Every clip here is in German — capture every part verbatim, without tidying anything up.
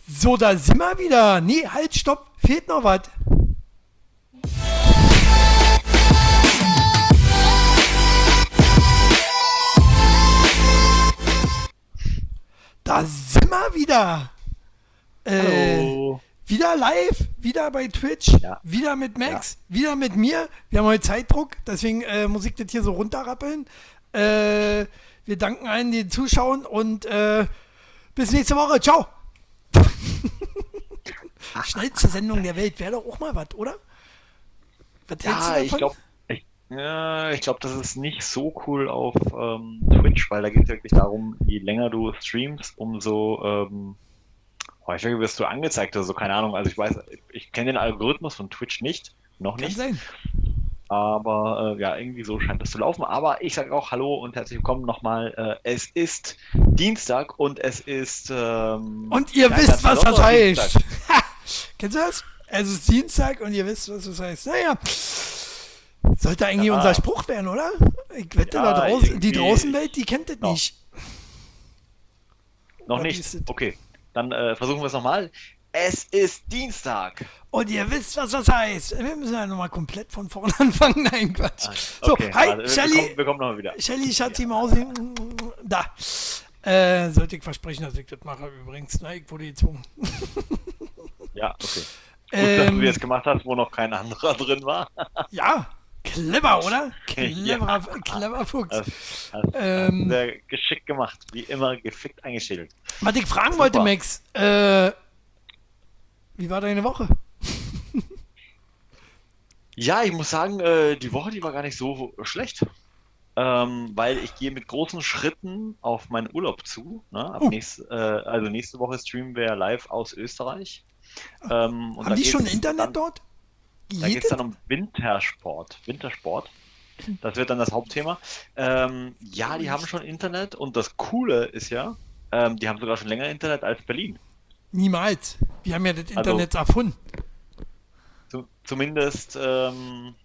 So, da sind wir wieder. Nee, halt, stopp, fehlt noch was. Da sind wir wieder. Äh, Hallo. Wieder live, wieder bei Twitch, Ja. wieder mit Max, wieder mit mir. Wir haben heute Zeitdruck, deswegen äh, muss ich das hier so runterrappeln. Äh, wir danken allen, die zuschauen und äh, bis nächste Woche. Ciao. Schnellste Sendung der Welt wäre doch auch mal was, oder? Was hältst Ja, du ich davon? glaube, ich, ja, ich glaube, das ist nicht so cool auf ähm, Twitch, weil da geht es wirklich darum, je länger du streamst, umso ähm, häufiger wirst du angezeigt oder so, keine Ahnung. Also ich weiß, ich kenne den Algorithmus von Twitch nicht, noch Kann nicht, sein. aber äh, ja, irgendwie so scheint das zu laufen. Aber ich sage auch Hallo und herzlich willkommen nochmal. Äh, es ist Dienstag und es ist ähm, Und ihr ja, ein wisst, ganz was das besonderer heißt. Dienstag. Kennst du das? Es ist Dienstag und ihr wisst, was das heißt. Naja, sollte eigentlich Ja. unser Spruch werden, oder? Ich wette, Ja, da draußen, die irgendwie- Draußenwelt, die kennt das Noch. nicht. Noch Oder wie nicht? ist es? Okay, dann äh, versuchen wir es nochmal. Es ist Dienstag. Und ihr wisst, was das heißt. Wir müssen ja nochmal komplett von vorne anfangen. Nein, Quatsch. So, Okay, hi, warte, wir Shelly. kommen, wir kommen nochmal wieder. Shelly, Schatzi, Mausi. Da. Äh, sollte ich versprechen, dass ich das mache übrigens. Nein, ich wurde gezwungen. Ja, okay. Gut, Ähm, dass du jetzt gemacht hast, wo noch kein anderer drin war. Ja, clever, oder? Cleverer, Ja. clever Fuchs. Das hast Ähm, sehr geschickt gemacht. Wie immer gefickt eingeschädelt. Was ich fragen Super. wollte, Max, äh, wie war deine Woche? Ja, ich muss sagen, äh, die Woche, die war gar nicht so schlecht. Ähm, weil ich gehe mit großen Schritten auf meinen Urlaub zu. Ne? Ab Uh. nächst, äh, also nächste Woche streamen wir live aus Österreich. Ähm, und da Haben die schon geht's Internet dann, dort? Da geht es dann um Wintersport. Wintersport. Das wird dann das Hauptthema. Ähm, ja, die haben schon Internet und das Coole ist ja, ähm, die haben sogar schon länger Internet als Berlin. Niemals. Wir haben ja das Also- Internet erfunden. Zu, zumindest, ähm,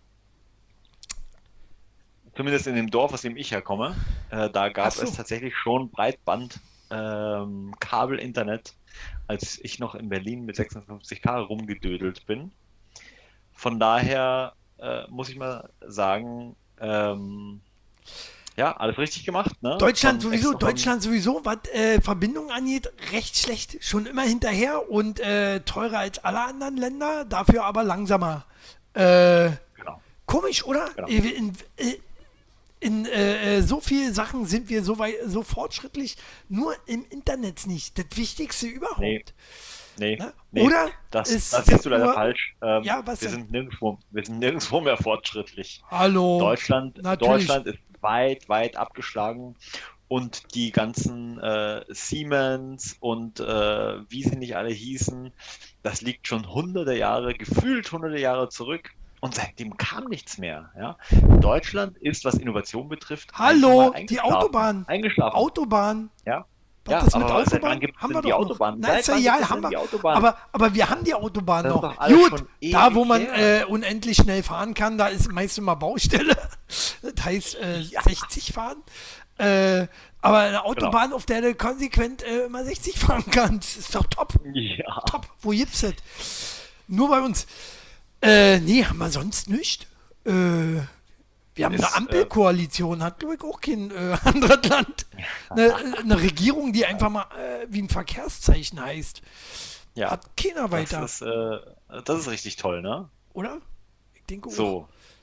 zumindest in dem Dorf, aus dem ich herkomme, äh, da gab Ach so. es tatsächlich schon Breitband, ähm, Kabel-Internet, als ich noch in Berlin mit sechsundfünfzig K rumgedödelt bin. Von daher äh, muss ich mal sagen, ähm, ja, alles richtig gemacht, ne? Deutschland Von sowieso, extra von- Deutschland sowieso, was äh, Verbindungen angeht, recht schlecht. Schon immer hinterher und äh, teurer als alle anderen Länder, dafür aber langsamer. Äh, Genau. Komisch, oder? Genau. Äh, In, äh, in äh, äh, so vielen Sachen sind wir so weit, so fortschrittlich, nur im Internet nicht. Das Wichtigste überhaupt. Nee. Nee, Ne? nee, Oder das, ist das siehst du leider nur- falsch. Ähm, Ja, was wir denn? sind nirgendwo, wir sind nirgendwo mehr fortschrittlich. Hallo. Deutschland, natürlich. Deutschland ist weit, weit abgeschlagen und die ganzen äh, Siemens und äh, wie sie nicht alle hießen, das liegt schon hunderte Jahre, gefühlt hunderte Jahre zurück und seitdem kam nichts mehr. Ja? Deutschland ist, was Innovation betrifft, Hallo, einfach mal die eingeschlafen. Autobahn. Eingeschlafen. Autobahn. Ja. Was Ja, das mit aber seit Autobahn? wann gibt's Haben denn wir die doch Autobahn? noch. Na, Seit ist ja wann egal, gibt es haben denn wir. die Autobahn? Aber, aber wir haben die Autobahn Das ist noch. doch alles Gut, schon da ewig wo man her. äh, unendlich schnell fahren kann, da ist meist immer Baustelle. Das heißt äh, sechzig fahren. Äh, aber eine Autobahn, auf der du konsequent äh, immer sechzig fahren kannst, ist doch top. Ja. Top. Wo gibt's das? Nur bei uns. Äh, nee, haben wir sonst nicht. Äh, wir haben Ist, eine Ampelkoalition, hat glaube ich auch kein äh, anderes Land. Eine, eine Regierung, die einfach mal äh, wie ein Verkehrszeichen heißt. Ja, Hat keiner weiter, das ist, äh, das ist richtig toll, ne? oder? Ich denke auch. So,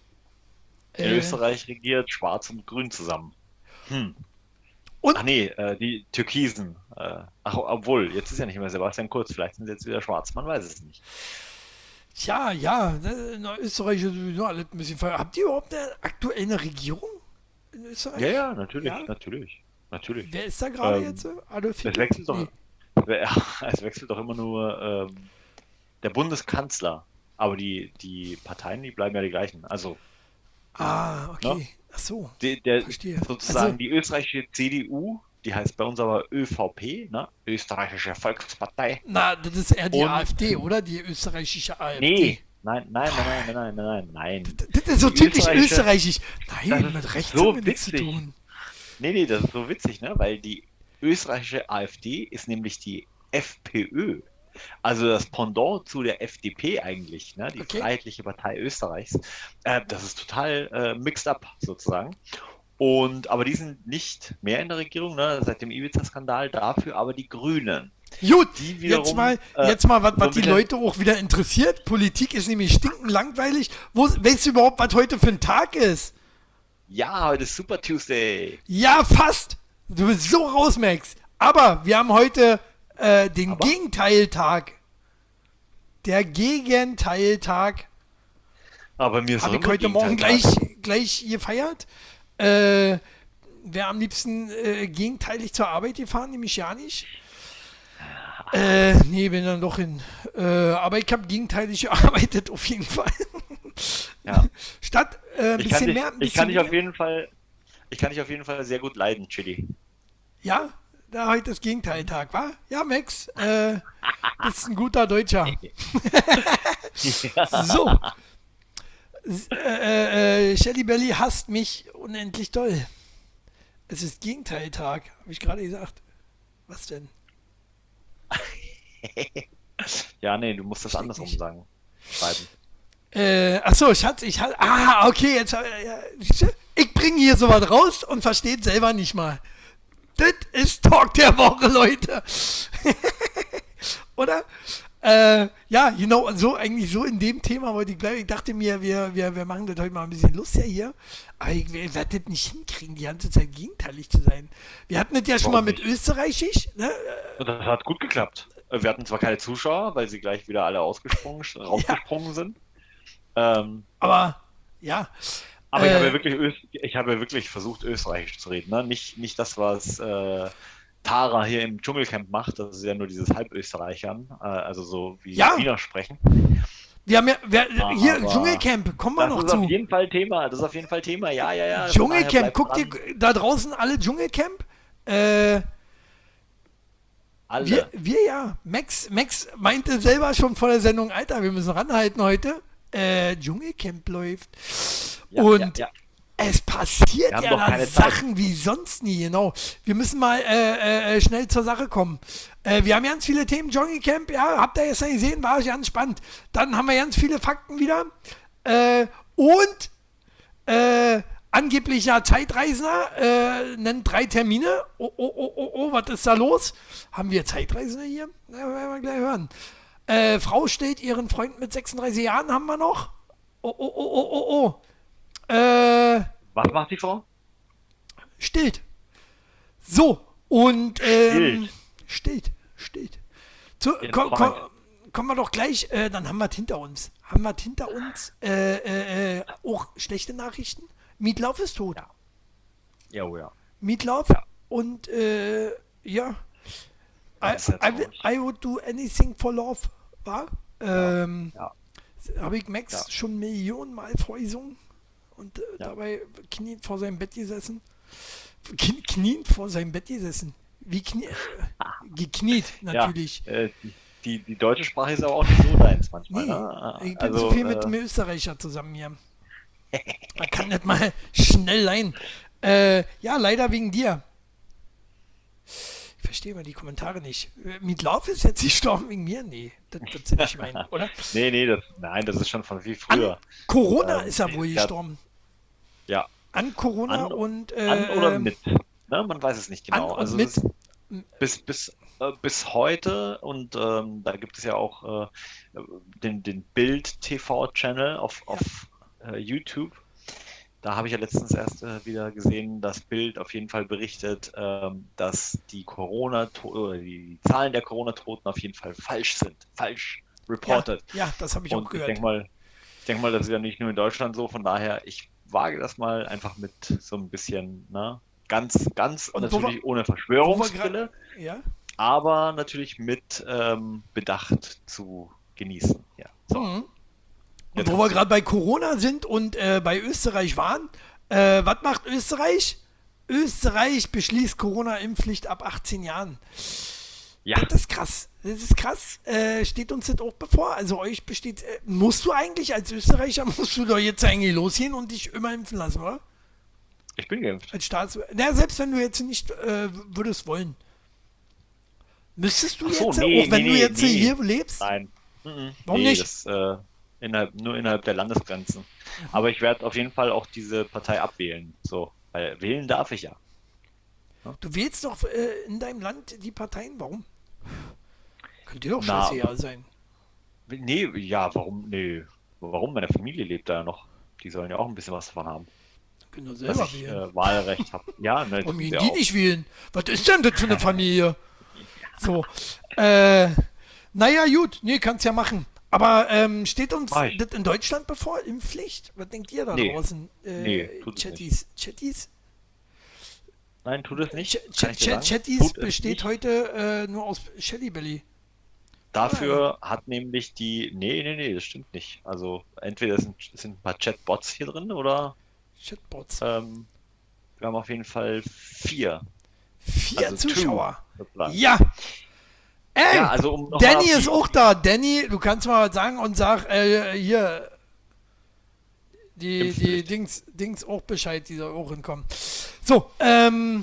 in Äh, Österreich regiert Schwarz und Grün zusammen. Hm. Und- Ach nee, äh, die Türkisen. Äh, ach, obwohl, jetzt ist ja nicht mehr Sebastian Kurz, vielleicht sind sie jetzt wieder schwarz, man weiß es nicht. Tja, ja, ne, in Österreich ist sowieso alles ein bisschen ver. Habt ihr überhaupt eine aktuelle Regierung in Österreich? Ja, ja, natürlich, Ja? natürlich, natürlich. Wer ist da gerade Ähm, jetzt? Adolf Es Hitler? wechselt doch, Nee. es wechselt doch immer nur ähm, der Bundeskanzler, aber die, die Parteien, die bleiben ja die gleichen. Also Ah, okay. Ach so. die, der, Verstehe. sozusagen Also- die österreichische C D U, die heißt bei uns aber ÖVP, ne? Österreichische Volkspartei. Na, das ist eher die Und- AfD, oder? Die österreichische AfD. Nee, nein, nein, nein, nein, nein, nein, nein, nein. Das ist so Die typisch österreichische- österreichisch. Das Nein, ist mit rechts so haben wir nichts zu witzig. tun. Nee, nee, das ist so witzig, ne? Weil die österreichische AfD ist nämlich die FPÖ. Also das Pendant zu der F D P eigentlich, ne, die Okay. Freiheitliche Partei Österreichs, äh, das ist total äh, mixed up sozusagen. Und aber die sind nicht mehr in der Regierung, ne, seit dem Ibiza-Skandal, dafür aber die Grünen. Gut, Die jetzt wiederum mal, äh, jetzt mal, was, so was ein die bisschen, Leute auch wieder interessiert. Politik ist nämlich stinkend langweilig. Wo, weißt du überhaupt, was heute für ein Tag ist? ja, heute ist Super Tuesday. Ja, fast. Du bist so raus, Max. Aber wir haben heute äh, den Aber? Gegenteiltag. Der Gegenteiltag Aber mir ist habe auch ich immer heute Morgen gleich, Gegenteiltag. gleich gefeiert. Äh, Wäre am liebsten äh, gegenteilig zur Arbeit gefahren, nämlich ja nicht. Äh, nee, bin dann doch hin. Äh, aber ich habe gegenteilig gearbeitet, auf jeden Fall. Ja. Statt äh, ein Ich kann bisschen dich, mehr, ein ich bisschen kann dich auf mehr. jeden Fall, ich kann dich auf jeden Fall sehr gut leiden, Chili. Ja, da heute ist Gegenteiltag, wa? Ja, Max, äh, bist ein guter Deutscher. So, S- äh, äh, Shelly Belly hasst mich unendlich doll. Es ist Gegenteiltag, habe ich gerade gesagt. Was denn? Ja, nee, du musst das Verstehe ich andersrum nicht. sagen. Schreiben. Äh, achso, Schatz, ich hatte. Ah, okay, jetzt. hab- Ja, siehste? Ich bringe hier sowas raus und versteht selber nicht mal. Das ist Talk der Woche, Leute. Oder? Äh, ja, genau, so eigentlich so in dem Thema wollte ich bleiben. Ich dachte mir, wir, wir, wir machen das heute mal ein bisschen lustiger hier. Aber ich, ich werde das nicht hinkriegen, die ganze Zeit gegenteilig zu sein. Wir hatten das ja schon mal Warum mit nicht? Österreichisch. Ne? Und das hat gut geklappt. Äh, Wir hatten zwar keine Zuschauer, weil sie gleich wieder alle ausgesprungen, Ja, rausgesprungen sind. Ähm, aber ja. aber ich habe ja Äh, wirklich, Öst, ich habe ja wirklich versucht, Österreichisch zu reden. Ne? Nicht, nicht das, was äh, Tara hier im Dschungelcamp macht. Das ist ja nur dieses Halbösterreichern, äh, also so wie ja, Wiener sprechen. wir haben ja. Wir, hier, Aber Dschungelcamp, kommen wir das noch ist auf zu. jeden Fall Thema. Das ist auf jeden Fall Thema. Ja, ja, ja. Von daher Dschungelcamp, bleibt guckt ihr dran. da draußen alle Dschungelcamp? Äh, wir, Alle. wir ja. Max, Max meinte selber schon vor der Sendung, Alter, wir müssen ranhalten heute. Äh, Dschungelcamp läuft. Ja, ja, Und ja. es passiert Wir haben ja doch da keine Zeit. Sachen wie sonst nie, genau. Wir müssen mal äh, äh, schnell zur Sache kommen. Äh, wir haben ganz viele Themen. Dschungelcamp, ja, habt ihr gestern gesehen, war ganz spannend. Dann haben wir ganz viele Fakten wieder. Äh, und äh, angeblicher Zeitreisender äh, nennt drei Termine. Oh, oh, oh, oh, oh, was ist da los? Haben wir Zeitreisende hier? Na, werden wir gleich hören. Äh, Frau stellt ihren Freund mit sechsunddreißig Jahren, haben wir noch. Oh, oh, oh, oh, oh, oh. Äh, Was macht die Frau? stillt. So, und ähm, Stillt. stillt, stillt. So, Ihren komm, Freund. komm, kommen wir doch gleich, äh, dann haben wir es hinter uns. Haben wir es hinter uns. Äh, äh, äh, auch schlechte Nachrichten. Mietlauf ist tot. Ja. Ja, oh ja. Mietlauf Ja. und äh, ja, I, Das ist ja I, will- traurig. I would do anything for love, war. Ähm, Ja. Habe ich Max Ja. schon Millionenmal vorgesungen und äh, Ja. dabei kniend vor seinem Bett gesessen. Kn kniend vor seinem Bett gesessen. Wie knie äh, gekniet, natürlich. Ja, äh, die, die, die deutsche Sprache ist aber auch nicht so deins manchmal. Nee, Ne? ich bin Also, zu viel mit äh, dem Österreicher zusammen hier. Man kann nicht mal schnell leihen. Äh, ja, leider wegen dir. Ich verstehe mal die Kommentare nicht. Äh, Mietlauf ist jetzt gestorben wegen mir? Nee, das, das sind nicht meine, oder? nee, nee, das, nein, das ist schon von viel An früher. Corona Ähm, ist er wohl ja. gestorben. Ja, An Corona an, und äh, an oder ähm, mit. Ne? Man weiß es nicht an genau. und Also mit. das ist bis, bis, äh, bis heute und ähm, da gibt es ja auch äh, den, den Bild-T V-Channel auf, Ja. auf äh, YouTube. Da habe ich ja letztens erst äh, wieder gesehen, dass Bild auf jeden Fall berichtet, ähm, dass die Corona oder die Zahlen der Corona-Toten auf jeden Fall falsch sind, falsch Ja, reported. ja, das habe ich auch Und ich gehört. denke mal, ich denke mal, das ist ja nicht nur in Deutschland so. Von daher, ich wage das mal einfach mit so ein bisschen, ne, ganz, ganz Und wo natürlich wir, ohne wo wir Verschwörungsbrille, gerade, ja, aber natürlich mit ähm, Bedacht zu genießen. Ja, so. mhm. Und Jetzt wo wir kommt's. gerade bei Corona sind und äh, bei Österreich waren, äh, was macht Österreich? Österreich beschließt Corona-Impfpflicht ab achtzehn Jahren. Ja, Das ist krass. Das ist krass. Äh, steht uns das auch bevor? Also euch besteht. Äh, musst du eigentlich als Österreicher, musst du doch jetzt eigentlich losgehen und dich immer impfen lassen, oder? ich bin geimpft. Als Staats. Na, selbst wenn du jetzt nicht äh, würdest wollen. Müsstest du Ach so, jetzt, nee, auch wenn nee, du nee, jetzt nee. hier lebst? Nein. Mhm. Warum nee, nicht? Das, äh, innerhalb, nur innerhalb der Landesgrenzen. Aber ich werde auf jeden Fall auch diese Partei abwählen. So, weil wählen darf ich ja. Du wählst doch äh, in deinem Land die Parteien. Warum? Könnte dir doch Na, scheißegal sein. nee, ja, warum? Nee. Warum? Meine Familie lebt da ja noch. Die sollen ja auch ein bisschen was davon haben, Können doch dass selber ich wählen. äh, Wahlrecht habe. Ja, ne, Warum tun gehen sie die auch. nicht wählen? Was ist denn das für eine Familie? So, äh, naja, gut, nee, kannst ja machen. Aber ähm, steht uns Mach ich. das in Deutschland bevor? Impfpflicht? Was denkt ihr da Nee. draußen? Nee, Äh, tut es Chatties, Chatties? Nein, tut es nicht. Ch Kann Ch ich dir Ch sagen. Chatties Tut es besteht nicht. heute äh, nur aus Shelly Belly. Dafür hat nämlich die. Nee, nee, nee, das stimmt nicht. Also entweder sind, sind ein paar Chatbots hier drin oder Chatbots. ähm, wir haben auf jeden Fall vier. Vier Also Zuschauer. two sozusagen. Ja. Ey, Ja, also um noch mal Danny auf ist die- auch da. Danny, du kannst mal was sagen und sag äh, hier die, die Impfpflicht. Dings, Dings auch Bescheid, die soll auch hinkommen. So, ähm,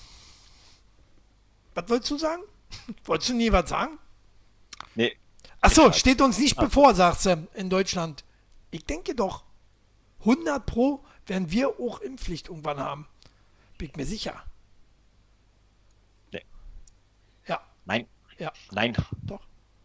was wolltest du sagen? Wolltest du nie was sagen? Nee, Achso, weiß. steht uns nicht Ach so. bevor, sagst du, in Deutschland. Ich denke doch, hundert Pro werden wir auch Impfpflicht irgendwann haben. Bin ich mir sicher. Nee. Ja, Nein, ja, nein. doch.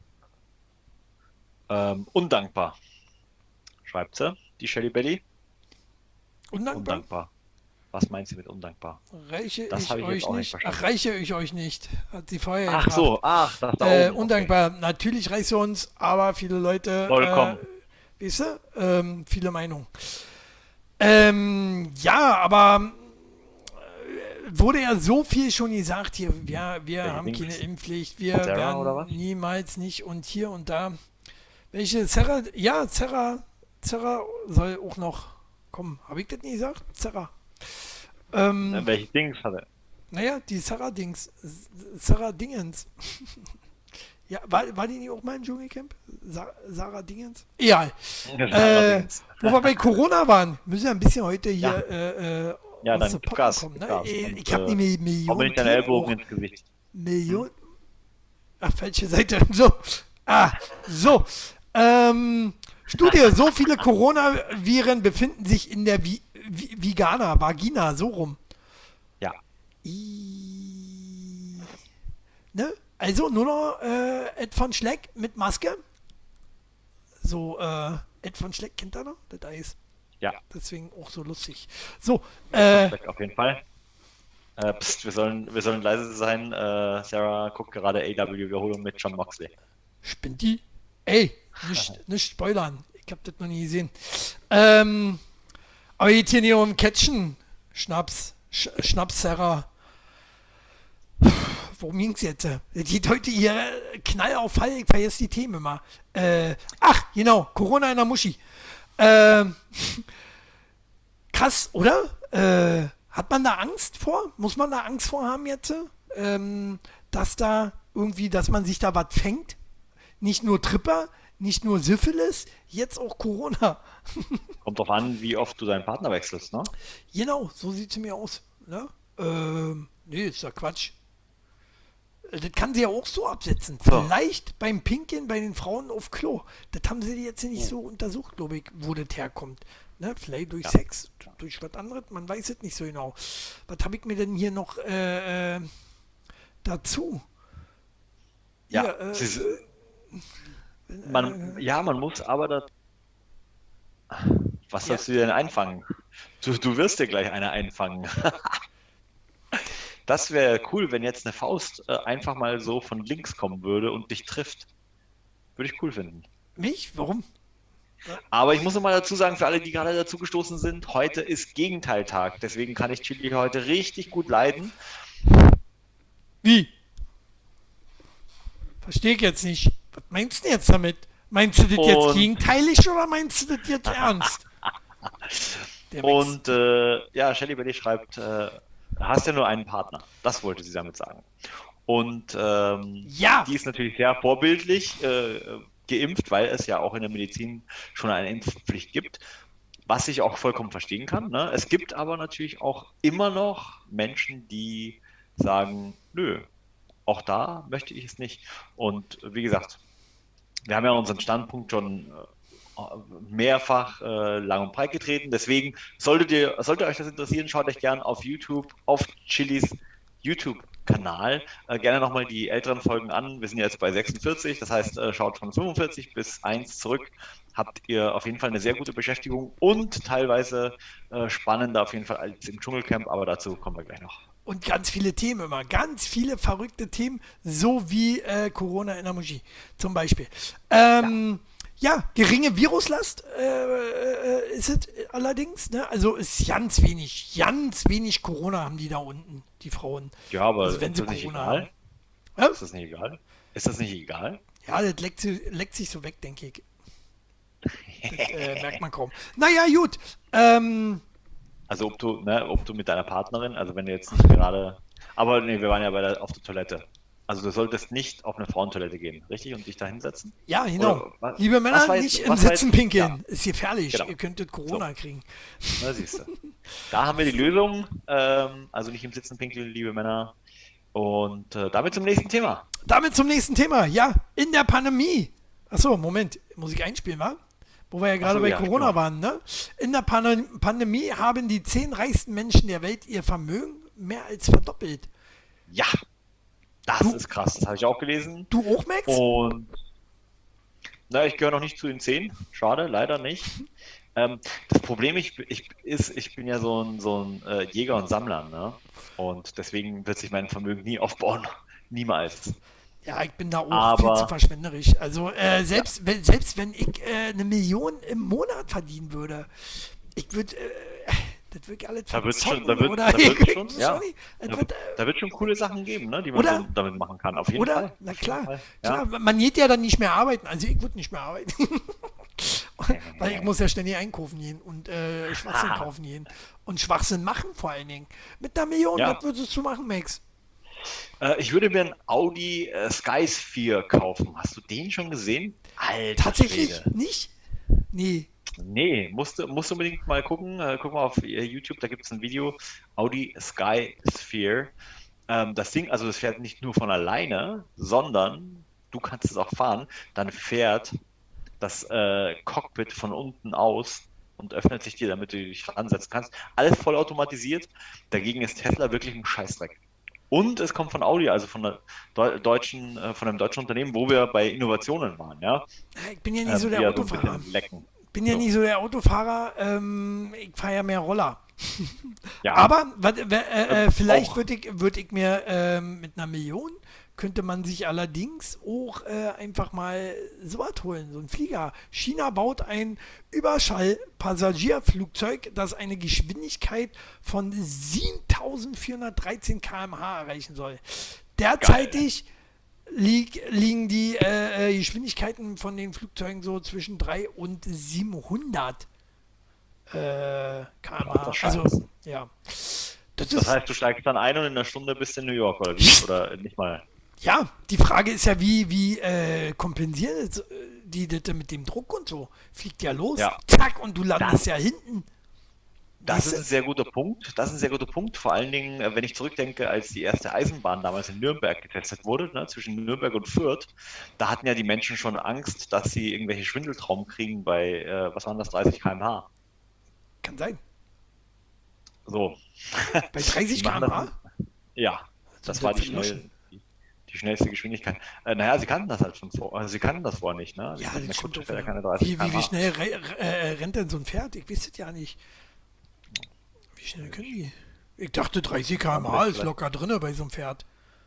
Ähm, undankbar. Schreibt sie, die Shelly Belly. Undankbar. Undankbar. Was meint sie mit undankbar? Reiche Das ich habe ich jetzt euch auch nicht nicht. verstanden. Ach, reiche ich euch nicht. Hat sie vorher Ach gefragt. so, ach, das da Äh, oben. undankbar. Natürlich reicht sie uns, aber viele Leute. Vollkommen. Äh, weißt du? Ähm, viele Meinungen. Ähm, ja, aber äh, wurde ja so viel schon gesagt hier. Wir, wir Welche haben Dings? keine Impfpflicht. Wir Sarah werden oder was? niemals nicht und hier und da. Welche Zerra? Ja, Zerra. Zerra soll auch noch kommen. Habe ich das nie gesagt? Zerra. Ähm, Äh, Welche Dings hat er? naja, die Sarah-Dings. Sarah Dingens. ja, war, war die nicht auch mal im Dschungelcamp? Sa Sarah Dingens? Egal. Äh, wo wir bei Corona waren, müssen wir ein bisschen heute hier Ja. äh, äh, Ja, aus dann der gib Potten Gas, kommen. gib Ne? Gas. Ich, Und, ich habe äh, die Komm Millionen mit deinen Themen Ellbogen auch. ins Gesicht. Million. Ach, falsche Seite. So. Ah, so. Ähm, Studie, so viele Coronaviren befinden sich in der Vi Vi Vigana, Vagina, so rum. Ja. I ne? Also nur noch äh, Ed von Schleck mit Maske. So, äh, Ed von Schleck kennt er noch? Das Eis. Ja, Deswegen auch so lustig. So, äh, auf jeden Fall. Äh, pst, wir sollen, wir sollen leise sein. Äh, Sarah guckt gerade A E W-Wiederholung mit John Moxley. spinnt die? Ey, nicht, nicht spoilern. Ich hab das noch nie gesehen. Ähm, aber geht hier nicht um Catchen. Schnaps. Sch Schnaps, Sarah. Worum ging's jetzt? Es geht heute hier Knall auf Fall, ich vergesse die Themen immer. Äh, ach, genau, Corona in der Muschi. Ähm, krass, oder? Äh, hat man da Angst vor? Muss man da Angst vor haben jetzt? Ähm, dass da irgendwie, dass man sich da was fängt? Nicht nur Tripper, nicht nur Syphilis, jetzt auch Corona. Kommt drauf an, wie oft du deinen Partner wechselst, ne? Genau, so sieht es mir aus. Ne? Ähm, nee, ist ja Quatsch. Das kann sie ja auch so absetzen. So. Vielleicht beim Pinkeln bei den Frauen auf Klo. Das haben sie jetzt nicht so untersucht, glaube ich, wo das herkommt. Ne? Vielleicht durch Ja. Sex, durch was anderes, man weiß es nicht so genau. Was habe ich mir denn hier noch äh, äh, dazu? Ja, Hier, äh, sie ist- Man, ja, man muss aber das. Was sollst du denn einfangen? Du, du wirst dir gleich eine einfangen. Das wäre cool, wenn jetzt eine Faust äh, einfach mal so von links kommen würde und dich trifft. Würde ich cool finden. mich? Warum? Aber ich muss noch mal dazu sagen, für alle, die gerade dazu gestoßen sind, heute ist Gegenteiltag. Deswegen kann ich Chili heute richtig gut leiden. Wie? Verstehe ich jetzt nicht. Was meinst du denn jetzt damit? Meinst du das jetzt Und- gegenteilig oder meinst du das jetzt ernst? Der Wichs. Und äh, ja, Shelly Belly schreibt, äh, hast ja nur einen Partner. Das wollte sie damit sagen. Und ähm, Ja. die ist natürlich sehr vorbildlich äh, geimpft, weil es ja auch in der Medizin schon eine Impfpflicht gibt, was ich auch vollkommen verstehen kann. Ne? Es gibt aber natürlich auch immer noch Menschen, die sagen, nö, auch da möchte ich es nicht. Und wie gesagt, wir haben ja unseren Standpunkt schon äh, mehrfach äh, lang und breit getreten. Deswegen solltet ihr, sollte euch das interessieren, schaut euch gerne auf YouTube, auf Chilis YouTube-Kanal. Äh, gerne nochmal die älteren Folgen an. Wir sind jetzt bei sechsundvierzig, das heißt, äh, schaut von fünfundvierzig bis eins zurück. Habt ihr auf jeden Fall eine sehr gute Beschäftigung und teilweise äh, spannender auf jeden Fall als im Dschungelcamp, aber dazu kommen wir gleich noch. Und ganz viele Themen immer, ganz viele verrückte Themen, so wie äh, Corona in der Moschee zum Beispiel. Ähm, ja. ja, geringe Viruslast äh, äh, ist es allerdings, ne? Also ist ganz wenig, ganz wenig Corona haben die da unten, die Frauen. Ja, aber also, wenn ist sie das nicht Corona egal? haben. Ja? Ist das nicht egal? Ist das nicht egal? Ja, das leckt, leckt sich so weg, denke ich. Das äh, merkt man kaum. Naja, gut. Ähm, Also ob du, ne, ob du mit deiner Partnerin, also wenn du jetzt nicht gerade, aber nee, wir waren ja bei der, auf der Toilette. Also du solltest nicht auf eine Frauentoilette gehen, richtig? Und dich da hinsetzen? Ja, genau. Oder was- Liebe Männer, was weiß- nicht im was weiß- Sitzen pinkeln. Ja. Ist gefährlich. Genau. Ihr könntet Corona So. kriegen. Na, siehst du. Da haben wir die Lösung. Ähm, also nicht im Sitzen pinkeln, liebe Männer. Und äh, damit zum nächsten Thema. Damit zum nächsten Thema. Ja, in der Pandemie. Achso, Moment. Muss ich einspielen, wa? Wo wir ja gerade Ach so, bei ja, Corona genau. waren, ne? In der Pan- Pandemie haben die zehn reichsten Menschen der Welt ihr Vermögen mehr als verdoppelt. Ja, das Du- ist krass. Das habe ich auch gelesen. Du auch, Max? Und na, ich gehöre noch nicht zu den zehn. Schade, leider nicht. Ähm, das Problem ich, ich, ist, ich bin ja so ein, so ein äh, Jäger und Sammler, ne? Und deswegen wird sich mein Vermögen nie aufbauen. Niemals. Ja, ich bin da auch Aber- viel zu verschwenderisch. Also äh, selbst, wenn, selbst wenn ich äh, eine Million im Monat verdienen würde, ich würde, äh, das würde ich alles Da wird's schon- verzocken, da wird- oder? da wird's Ich- schon, ich- ja. sorry, es Da, wird, äh, da wird schon coole Sachen geben, ne, die man Oder? so damit machen kann. Auf jeden Oder? Fall. Na Auf jeden klar, Fall. klar. Ja. Man geht ja dann nicht mehr arbeiten. Also ich würde nicht mehr arbeiten. Weil ich muss ja ständig einkaufen gehen und äh, Schwachsinn Ah. kaufen gehen. Und Schwachsinn machen vor allen Dingen. Mit einer Million, Ja. was würdest du machen, Max? Äh, ich würde mir einen Audi äh, Skysphere kaufen. Hast du den schon gesehen? Alter Tatsächlich Schwede. nicht? Nee. Nee, musst du, musst du unbedingt mal gucken. Äh, guck mal auf äh, YouTube, da gibt es ein Video. Audi Skysphere. Ähm, das Ding, also das fährt nicht nur von alleine, sondern du kannst es auch fahren. Dann fährt das äh, Cockpit von unten aus und öffnet sich dir, damit du dich ransetzen kannst. Alles voll automatisiert. Dagegen ist Tesla wirklich ein Scheißdreck. Und es kommt von Audi, also von, der Deu deutschen, äh, von einem deutschen Unternehmen, wo wir bei Innovationen waren, ja. Ich bin ja nicht Ähm, so die der ja so ein Autofahrer. bisschen lecken. Ich bin ja So. nicht so der Autofahrer. Ähm, ich fahre ja mehr Roller. Ja, Aber wat, äh, äh, Ähm, vielleicht auch. würde ich, würd ich mir ähm, mit einer Million, könnte man sich allerdings auch äh, einfach mal sowas holen, so ein Flieger. China baut ein Überschall-Passagierflugzeug, das eine Geschwindigkeit von siebentausendvierhundertdreizehn Kilometer pro Stunde erreichen soll. Derzeitig lieg, liegen die äh, äh, Geschwindigkeiten von den Flugzeugen so zwischen dreihundert und siebenhundert äh, Kilometer pro Ach, Stunde. Scheiße. Also, ja. Das ist, Das heißt, du steigst dann ein und in einer Stunde bist du in New York oder wie? Oder nicht mal. ja, die Frage ist ja, wie, wie äh, kompensieren es, äh, die das mit dem Druck und so? Fliegt ja los, Ja. zack, und du landest Das- ja hinten. Das Weißt ist du? ein sehr guter Punkt. Das ist ein sehr guter Punkt. Vor allen Dingen, äh, wenn ich zurückdenke, als die erste Eisenbahn damals in Nürnberg getestet wurde, ne, zwischen Nürnberg und Fürth, da hatten ja die Menschen schon Angst, dass sie irgendwelche Schwindeltraum kriegen bei, äh, was waren das, dreißig Kilometer pro Stunde. Kann sein. So. Bei dreißig Die machen Kilometer pro das- Stunde? Ja, das sind war das die, für schnell, Loschen? die, die schnellste Geschwindigkeit. Äh, naja, sie kannten das halt schon vor. Also sie kannten das vorher nicht, ne? Ja, Eine das stimmt Kutsche doch fährt ja wieder. keine dreißig Wie, wie, wie Kilometer pro Stunde. schnell re äh, rennt denn so ein Pferd? Ich weiß es ja nicht. Wie schnell können die? Ich dachte, dreißig Kilometer pro Stunde ist locker drin bei so einem Pferd.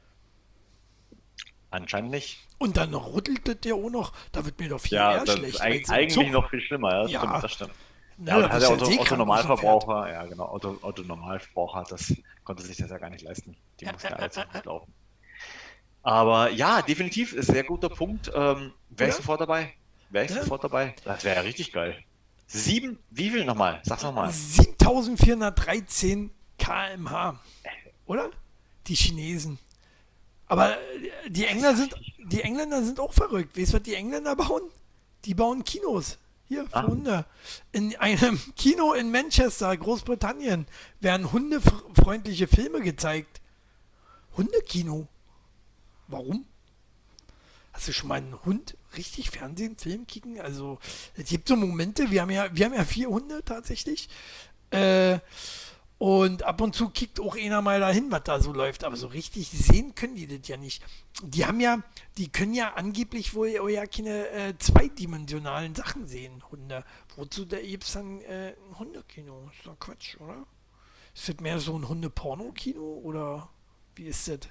Anscheinend nicht. Und dann noch rüttelt das ja auch noch. Da wird mir doch viel Ja, eher das schlecht. ist als eig im eigentlich Zug. noch viel schlimmer, ja, das Ja. stimmt, das stimmt. Ne, Ja, aber da das bist hat du der ja Auto, seekrank auf so einem Pferd. Autonormalverbraucher, ja genau, Auto, Autonormalverbraucher, das konnte sich das ja gar nicht leisten. Die mussten ja alles laufen. Aber ja, definitiv, ist ein sehr guter Punkt. Ähm, wäre ich Oder? sofort dabei? Wäre ich Ja. sofort dabei? Das wäre ja richtig geil. Sieben, wie viel nochmal? Sag's nochmal. siebentausendvierhundertdreizehn Kilometer pro Stunde. Oder? Die Chinesen. Aber äh, die Engländer sind, die Engländer sind auch verrückt. Weißt du, was die Engländer bauen? Die bauen Kinos. Hier, für Ah. Hunde. In einem Kino in Manchester, Großbritannien, werden hundefreundliche Filme gezeigt. Hundekino. Warum? Hast du schon mal einen Hund richtig Fernsehen, Film kicken? Also, es gibt so Momente, wir haben ja, wir haben ja vier Hunde tatsächlich. Äh, und ab und zu kickt auch einer mal dahin, was da so läuft. Aber so richtig sehen können die das ja nicht. Die haben ja, die können ja angeblich wohl oh ja keine äh, zweidimensionalen Sachen sehen, Hunde. Wozu da gibt's dann äh, ein Hundekino? Ist doch Quatsch, oder? Ist das mehr so ein Hunde-Porno-Kino oder wie ist das?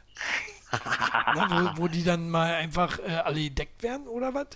Na, wo, wo die dann mal einfach äh, alle gedeckt werden oder was?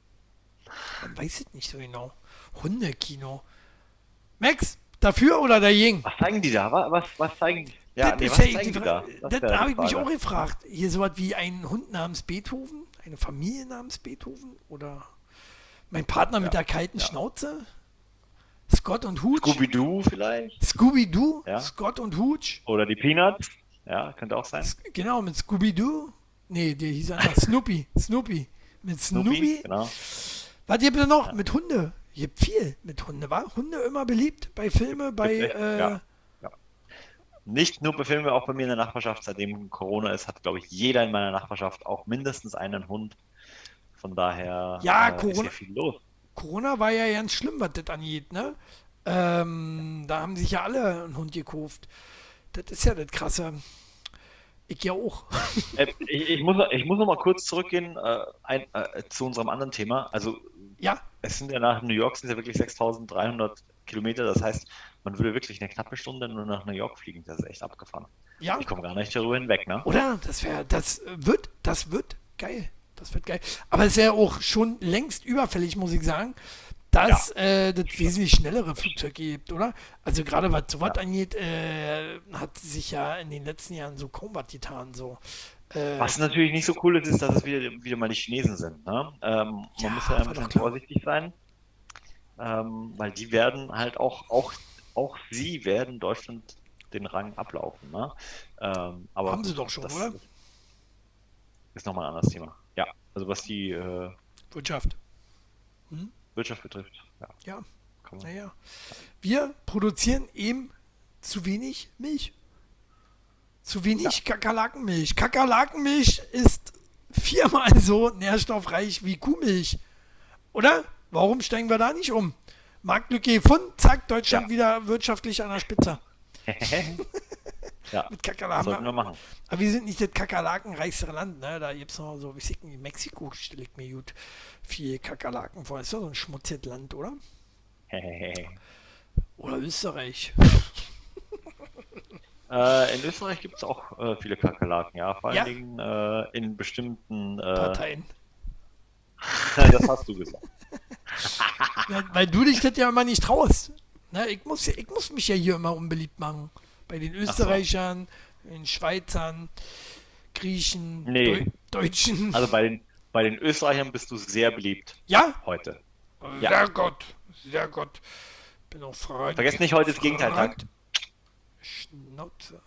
Man weiß es nicht so genau. Hundekino. Max, dafür oder dagegen? Was zeigen die da? Was, was, was zeigen die? Ja, Das nee, ist was ja zeigen die die Fra- da? Das wäre die habe ich mich Frage. auch gefragt. Hier sowas wie ein Hund namens Beethoven, eine Familie namens Beethoven oder mein Partner mit Ja, der kalten ja. Schnauze? Scott und Hooch? Scooby-Doo vielleicht? Scooby-Doo? Ja. Scott und Hooch? Oder die Peanuts? Ja, könnte auch sein. S- Genau, mit Scooby-Doo? Nee, der hieß anders. Snoopy. Snoopy. Mit Snoopy? Snoopy, genau. Was gibt es noch? Mit Hunde. Gibt viel mit Hunde, war? Hunde immer beliebt bei Filme, bei Echt? äh, Ja. Ja. Nicht nur bei Filmen, auch bei mir in der Nachbarschaft, seitdem Corona ist, hat, glaube ich, jeder in meiner Nachbarschaft auch mindestens einen Hund. Von daher Ja, äh, ist Corona- hier viel los. Corona war ja ganz schlimm, was das angeht, ne? Ähm, da haben sich ja alle einen Hund gekauft. Das ist ja das Krasse. Ich ja auch. Äh, ich, ich, muss, noch- ich muss noch mal kurz zurückgehen äh, ein, äh, zu unserem anderen Thema. Also Ja, es sind ja nach New York sind ja wirklich sechstausenddreihundert Kilometer. Das heißt, man würde wirklich eine knappe Stunde nur nach New York fliegen. Das ist echt abgefahren. ja. Ich komme gar nicht darüber hinweg, ne? Oder? Das wäre, das wird, das wird geil. Das wird geil. Aber es ist ja auch schon längst überfällig, muss ich sagen, dass äh, das wesentlich schnellere Flugzeuge gibt, oder? Also gerade was sowas Ja. angeht, äh, hat sich ja in den letzten Jahren so kaum was getan. So. Äh, Was natürlich nicht so cool ist, ist, dass es wieder, wieder mal die Chinesen sind. Ne? Ähm, Ja, man muss ja war ein doch bisschen klar. vorsichtig sein, ähm, weil die werden halt auch, auch, auch sie werden Deutschland den Rang ablaufen. Ne? Ähm, aber Haben sie doch schon, das oder? ist nochmal ein anderes Thema. Ja, also was die äh, Wirtschaft. Wirtschaft betrifft, ja, Ja, kann man. naja. Wir produzieren eben zu wenig Milch. Zu wenig Kakerlakenmilch. Kakerlakenmilch ist viermal so nährstoffreich wie Kuhmilch. Oder? Warum steigen wir da nicht um? Marktlücke gefunden, zack, Deutschland Ja. wieder wirtschaftlich an der Spitze. Ja, Mit Kakerlaken. sollten wir machen. Aber wir sind nicht das Kakerlakenreichste Land, ne? Da gibt es noch so, wie ich, in Mexiko stelle ich mir gut viel Kakerlaken vor. Ist doch so ein schmutziges Land, oder? Oder Österreich. Äh, in Österreich gibt es auch äh, viele Kakerlaken, ja, vor allen Ja. Dingen äh, in bestimmten, äh, Parteien. das hast du gesagt. Ja, weil du dich das ja immer nicht traust. Ne? Ich, muss, ich muss mich ja hier immer unbeliebt machen. Bei den Österreichern, den Schweizern, Griechen, Nee. Deu Deutschen. Also bei den, bei den Österreichern bist du sehr beliebt Ja? heute. Sehr Ja. gut. Sehr gut. Bin auch Freund. Vergesst nicht, heute ist Gegenteiltag. Freund. Schnauze.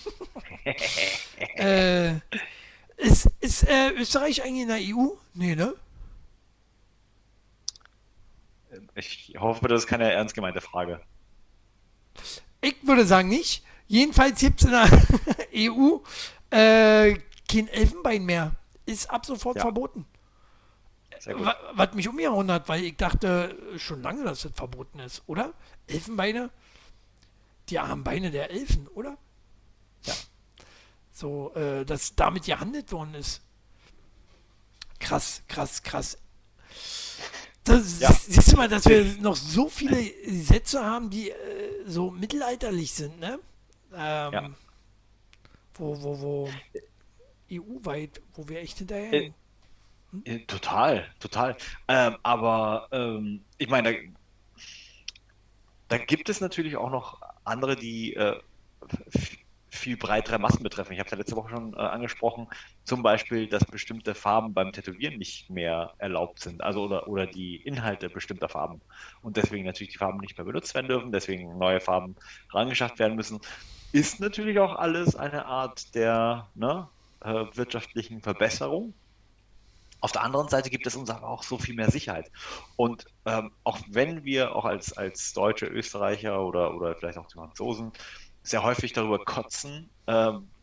äh, ist ist äh, Österreich eigentlich in der E U? Nee, ne? Ich hoffe, das ist keine ernst gemeinte Frage. Ich würde sagen nicht. Jedenfalls gibt es in der E U äh, kein Elfenbein mehr. Ist ab sofort Ja. verboten. Sehr gut. Wa- Was mich umgehauen hat, weil ich dachte schon lange, dass das verboten ist, oder? Elfenbeine? Die armen Beine der Elfen, oder? Ja. So, äh, dass damit gehandelt worden ist. Krass, krass, krass. Das, Ja. Siehst du mal, dass wir noch so viele Sätze haben, die äh, so mittelalterlich sind, ne? Ähm, Ja. Wo, wo, wo E U-weit, wo wir echt hinterher Äh, äh, Total, total. Ähm, aber ähm, ich meine, da, da gibt es natürlich auch noch andere, die äh, f- viel breitere Massen betreffen. Ich habe es ja letzte Woche schon äh, angesprochen, zum Beispiel, dass bestimmte Farben beim Tätowieren nicht mehr erlaubt sind, also oder, oder die Inhalte bestimmter Farben und deswegen natürlich die Farben nicht mehr benutzt werden dürfen, deswegen neue Farben rangeschafft werden müssen. Ist natürlich auch alles eine Art der ne, äh, wirtschaftlichen Verbesserung. Auf der anderen Seite gibt es uns aber auch so viel mehr Sicherheit. Und ähm, auch wenn wir auch als, als Deutsche, Österreicher oder, oder vielleicht auch die Franzosen sehr häufig darüber kotzen, ähm,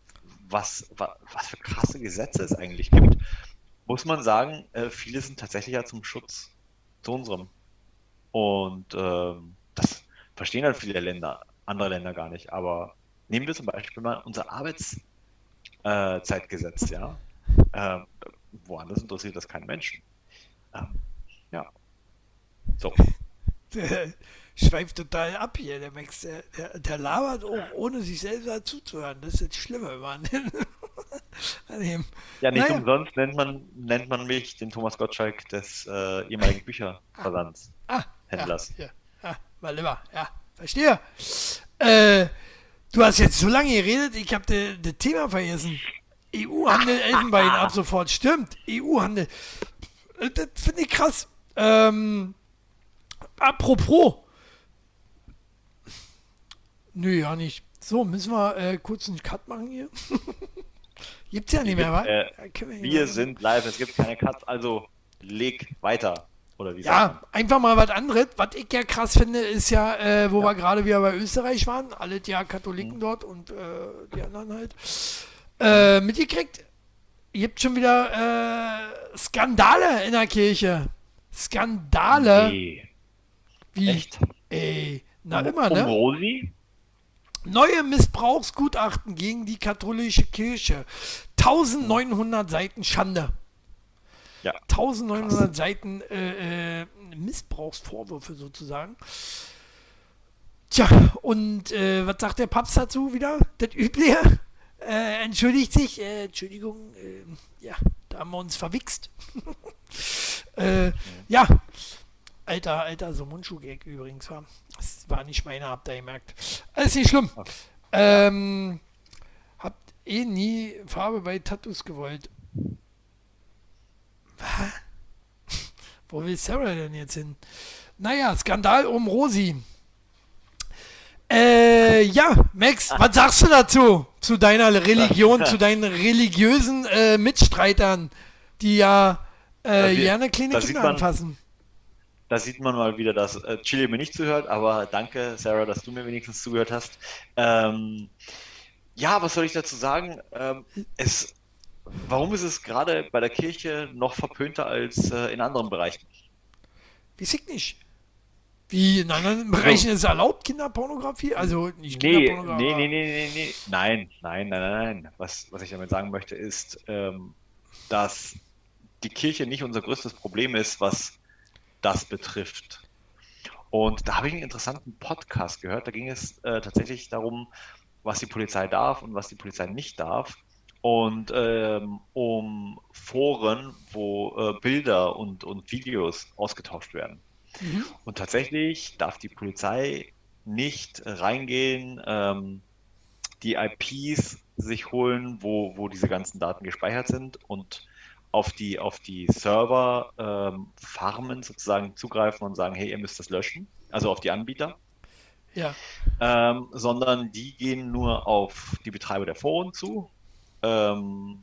was, was, was für krasse Gesetze es eigentlich gibt, muss man sagen, äh, viele sind tatsächlich ja zum Schutz zu unserem. Und ähm, das verstehen halt viele Länder, andere Länder gar nicht. Aber nehmen wir zum Beispiel mal unser Arbeitszeitgesetz, ja. Ähm, woanders interessiert das keinen Menschen. Ähm, ja, so. Der schweift total ab hier, der Max. Der, der, der labert auch, ohne sich selbst dazu zu hören. Das ist das Schlimme immer an dem. An dem. Ja, nicht Naja. umsonst nennt man, nennt man mich den Thomas Gottschalk des äh, ehemaligen Bücherversands. Ah, Händlers. ja, ja, ja, mal lieber, ja, verstehe. Äh, du hast jetzt so lange geredet, ich habe das Thema vergessen. E U-Handel, Elfenbein, ab sofort, stimmt. E U-Handel. Äh, Das finde ich krass. Ähm, apropos. Nö, ja nicht. So, müssen wir äh, kurz einen Cut machen hier? Gibt's ja nicht mehr, wa? Äh, Ja, können wir nicht wir mehr- sind live, es gibt keine Cuts, also leg weiter. Oder wie sagt Ja, man? einfach mal was anderes. Was ich ja krass finde, ist ja, äh, wo Ja. wir gerade wieder bei Österreich waren, alle ja Katholiken Mhm. dort und äh, die anderen halt, äh, mitgekriegt, ihr habt schon wieder äh, Skandale in der Kirche. Skandale. Nee. Wie? Echt? Ey, na um, immer, um ne? Rosi? Neue Missbrauchsgutachten gegen die katholische Kirche. neunzehnhundert Seiten Schande. Ja. neunzehnhundert Seiten äh, äh, Missbrauchsvorwürfe sozusagen. Tja, und äh, was sagt der Papst dazu wieder? Das Übliche? Äh, entschuldigt sich. Äh, Entschuldigung, äh, ja, da haben wir uns verwichst. äh, ja, alter, alter, so Mundschuh-Gag übrigens war. Das war nicht meiner, habt ihr gemerkt. Alles nicht schlimm. Okay. Ähm, habt eh nie Farbe bei Tattoos gewollt. Was? Wo will Sarah denn jetzt hin? Naja, Skandal um Rosi. Äh, ja, Max, was sagst du dazu? Zu deiner Religion, zu deinen religiösen äh, Mitstreitern, die ja äh, Da wir- gerne kleine da sieht Kinder man- anfassen. Da sieht man mal wieder, dass äh, Chili mir nicht zuhört, aber danke, Sarah, dass du mir wenigstens zugehört hast. Ähm, ja, was soll ich dazu sagen? Ähm, es, warum ist es gerade bei der Kirche noch verpönter als äh, in anderen Bereichen? Weiß ich nicht. Wie in anderen Bereichen ist es erlaubt, Kinderpornografie? Also nicht Nee, Kinderpornografie. nee, nee, aber- nee, nee, nee. Nein, nein, nein, nein, nein. Was, was ich damit sagen möchte, ist, ähm, dass die Kirche nicht unser größtes Problem ist, was das betrifft. Und da habe ich einen interessanten Podcast gehört. Da ging es äh, tatsächlich darum, was die Polizei darf und was die Polizei nicht darf. Und ähm, um Foren, wo äh, Bilder und, und Videos ausgetauscht werden. Mhm. Und tatsächlich darf die Polizei nicht reingehen, ähm, die I Ps sich holen, wo, wo diese ganzen Daten gespeichert sind und auf die, auf die Server ähm, Farmen sozusagen zugreifen und sagen, hey, ihr müsst das löschen, also auf die Anbieter, Ja. ähm, sondern die gehen nur auf die Betreiber der Foren zu. Ähm,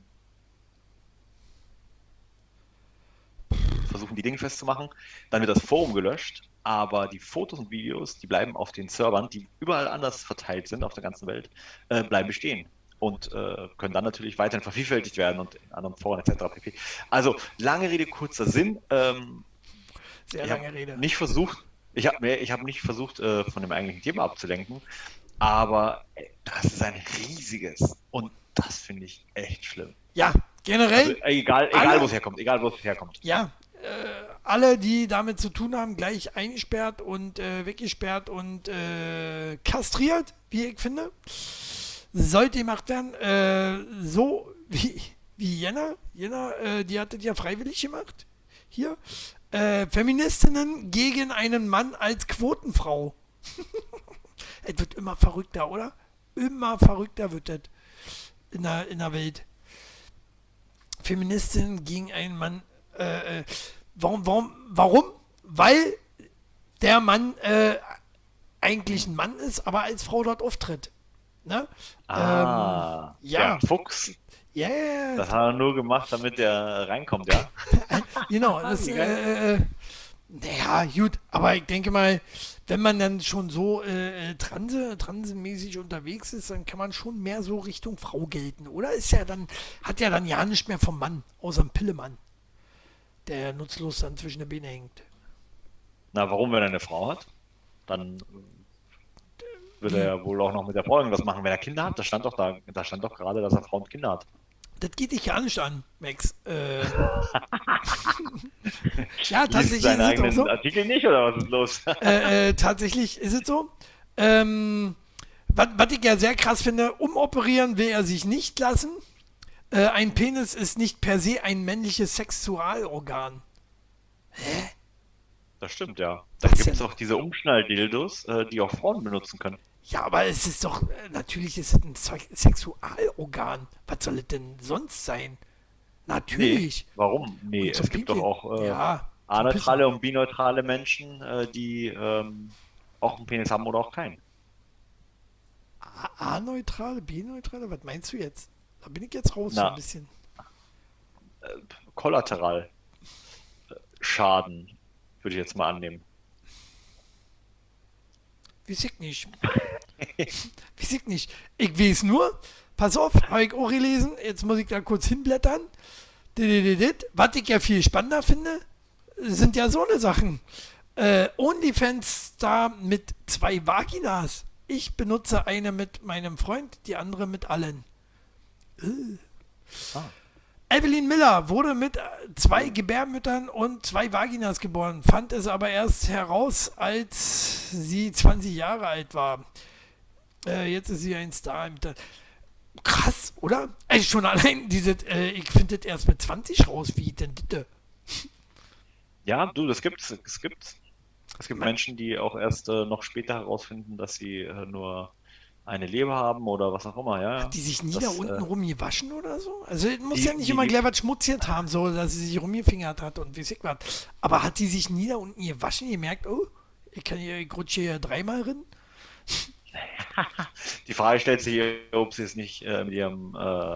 versuchen die Dinge festzumachen, dann wird das Forum gelöscht, aber die Fotos und Videos, die bleiben auf den Servern, die überall anders verteilt sind auf der ganzen Welt, äh, bleiben bestehen und äh, können dann natürlich weiterhin vervielfältigt werden und in anderen Foren et cetera pp. Also lange Rede, kurzer Sinn. Ähm, Sehr ich lange habe Rede. nicht versucht, ich habe ich hab nicht versucht, äh, von dem eigentlichen Thema abzulenken, aber äh, das ist ein riesiges und das finde ich echt schlimm. Ja, generell. Also, äh, egal, egal alle- wo es herkommt, egal wo es herkommt. Ja, äh, alle, die damit zu tun haben, gleich eingesperrt und äh, weggesperrt und äh, kastriert, wie ich finde. Sollte gemacht werden. Äh, so wie, wie Jenna. Jenna, äh, die hat das ja freiwillig gemacht. Hier. Äh, Feministinnen gegen einen Mann als Quotenfrau. Es wird immer verrückter, oder? Immer verrückter wird das in der, in der Welt. Feministinnen gegen einen Mann. Äh, äh, warum, warum, warum? Weil der Mann äh, eigentlich ein Mann ist, aber als Frau dort auftritt. Ne? Ah, Ähm, ja. der Fuchs. Ja, Das hat er nur gemacht, damit er reinkommt, ja? genau. Das, wie geil. äh, äh, Naja, gut, aber ich denke mal, wenn man dann schon so äh, äh, transe, transenmäßig unterwegs ist, dann kann man schon mehr so Richtung Frau gelten, oder? Ist ja dann, hat ja dann ja nicht mehr vom Mann, außer dem Pillemann, der nutzlos dann zwischen den Beinen hängt. Na, warum, wenn er eine Frau hat? Dann würde Wie? er wohl auch noch mit der Frau irgendwas machen, wenn er Kinder hat. Da stand doch da, da stand doch gerade, dass er Frau und Kinder hat. Das geht dich gar nicht an, Max. Äh, ja, Liest tatsächlich seinen ist es auch eigenen so. Artikel nicht oder was ist los? Äh, äh, tatsächlich ist es so. Ähm, was, was ich ja sehr krass finde, umoperieren will er sich nicht lassen. Äh, ein Penis ist nicht per se ein männliches Sexualorgan. Das stimmt, ja. Da Was gibt es denn? auch diese Umschnalldildos, äh, die auch Frauen benutzen können. Ja, aber es ist doch, äh, natürlich ist es ein Zeug- Sexualorgan. Was soll es denn sonst sein? Nee, Natürlich. warum? Nee, Und zum es gibt doch Pinkeln. auch äh, Ja, zum Pissen. aneutrale und bineutrale Menschen, äh, die ähm, auch einen Penis haben oder auch keinen. A- A-neutrale, B-neutrale, was meinst du jetzt? Da bin ich jetzt raus so ein Na, bisschen. Kollateral Schaden, würde ich jetzt mal annehmen. Weiß ich nicht. Weiß ich nicht. Ich weiß nur, pass auf, habe ich auch gelesen, jetzt muss ich da kurz hinblättern. Didididid. Was ich ja viel spannender finde, sind ja so eine Sachen. Äh, OnlyFans-Star mit zwei Vaginas. Ich benutze eine mit meinem Freund, die andere mit allen. Ah. Evelyn Miller wurde mit äh, zwei Gebärmüttern und zwei Vaginas geboren, fand es aber erst heraus, als sie zwanzig Jahre alt war. Äh, jetzt ist sie ein Star. Im Inter- Krass, oder? Also schon allein diese, äh, ich finde das erst mit zwanzig raus, wie denn bitte? Ja, du, das gibt's, das gibt's. Es gibt Ma- Menschen, die auch erst äh, noch später herausfinden, dass sie äh, nur eine Leber haben oder was auch immer, ja, Hat ja. die sich nie da Das, unten äh, rum gewaschen oder so? Also es muss ja die, nicht die, immer die, gleich was schmutziert haben, so dass sie sich rumgefingert hat und wie ich was. Aber hat die sich nie da unten gewaschen, gemerkt, oh, ich kann hier, ich rutsche hier dreimal rein? die Frage stellt sich, hier, ob sie es nicht äh, mit ihrem äh,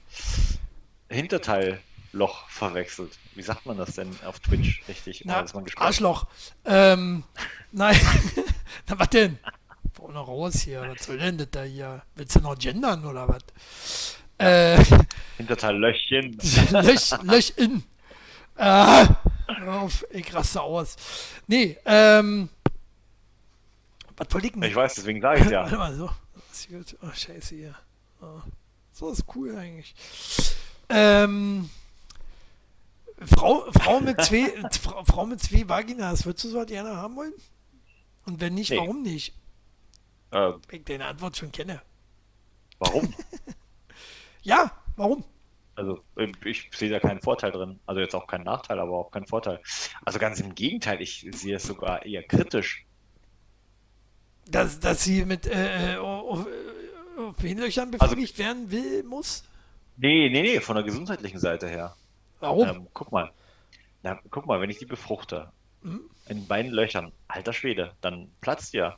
Hinterteilloch verwechselt. Wie sagt man das denn auf Twitch richtig? Oder Na, ist man gespannt? Arschloch. Ähm, nein. Na, was denn? Wo noch raus hier? Was soll denn das da hier? Willst du noch gendern oder was? Äh, Hinterteillöchchen. Löch, Löch in. Ah, hör auf, ich raste aus. Nee, ähm, was wollte ich denn? Ich weiß, deswegen sage ich es Warte ja. mal, so. Das ist gut. Oh, scheiße hier. Oh, so ist cool eigentlich. Ähm, Frau, Frau mit zwei, Frau, Frau mit zwei Vaginas, würdest du so was gerne haben wollen? Und wenn nicht, Nee. warum nicht? Äh, Weil ich deine Antwort schon kenne. warum? Ja, warum? Also äh, ich sehe da keinen Vorteil drin. Also jetzt auch keinen Nachteil, aber auch keinen Vorteil. Also ganz im Gegenteil, ich sehe es sogar eher kritisch. Dass, dass sie mit äh, äh, auf, äh, auf Behinlöchern Also befriedigt werden will, muss? nee, nee, nee, von der gesundheitlichen Seite her. Warum? Ähm, guck mal. Na, guck mal, wenn ich die befruchte, Hm? in beiden Löchern, alter Schwede, dann platzt ja.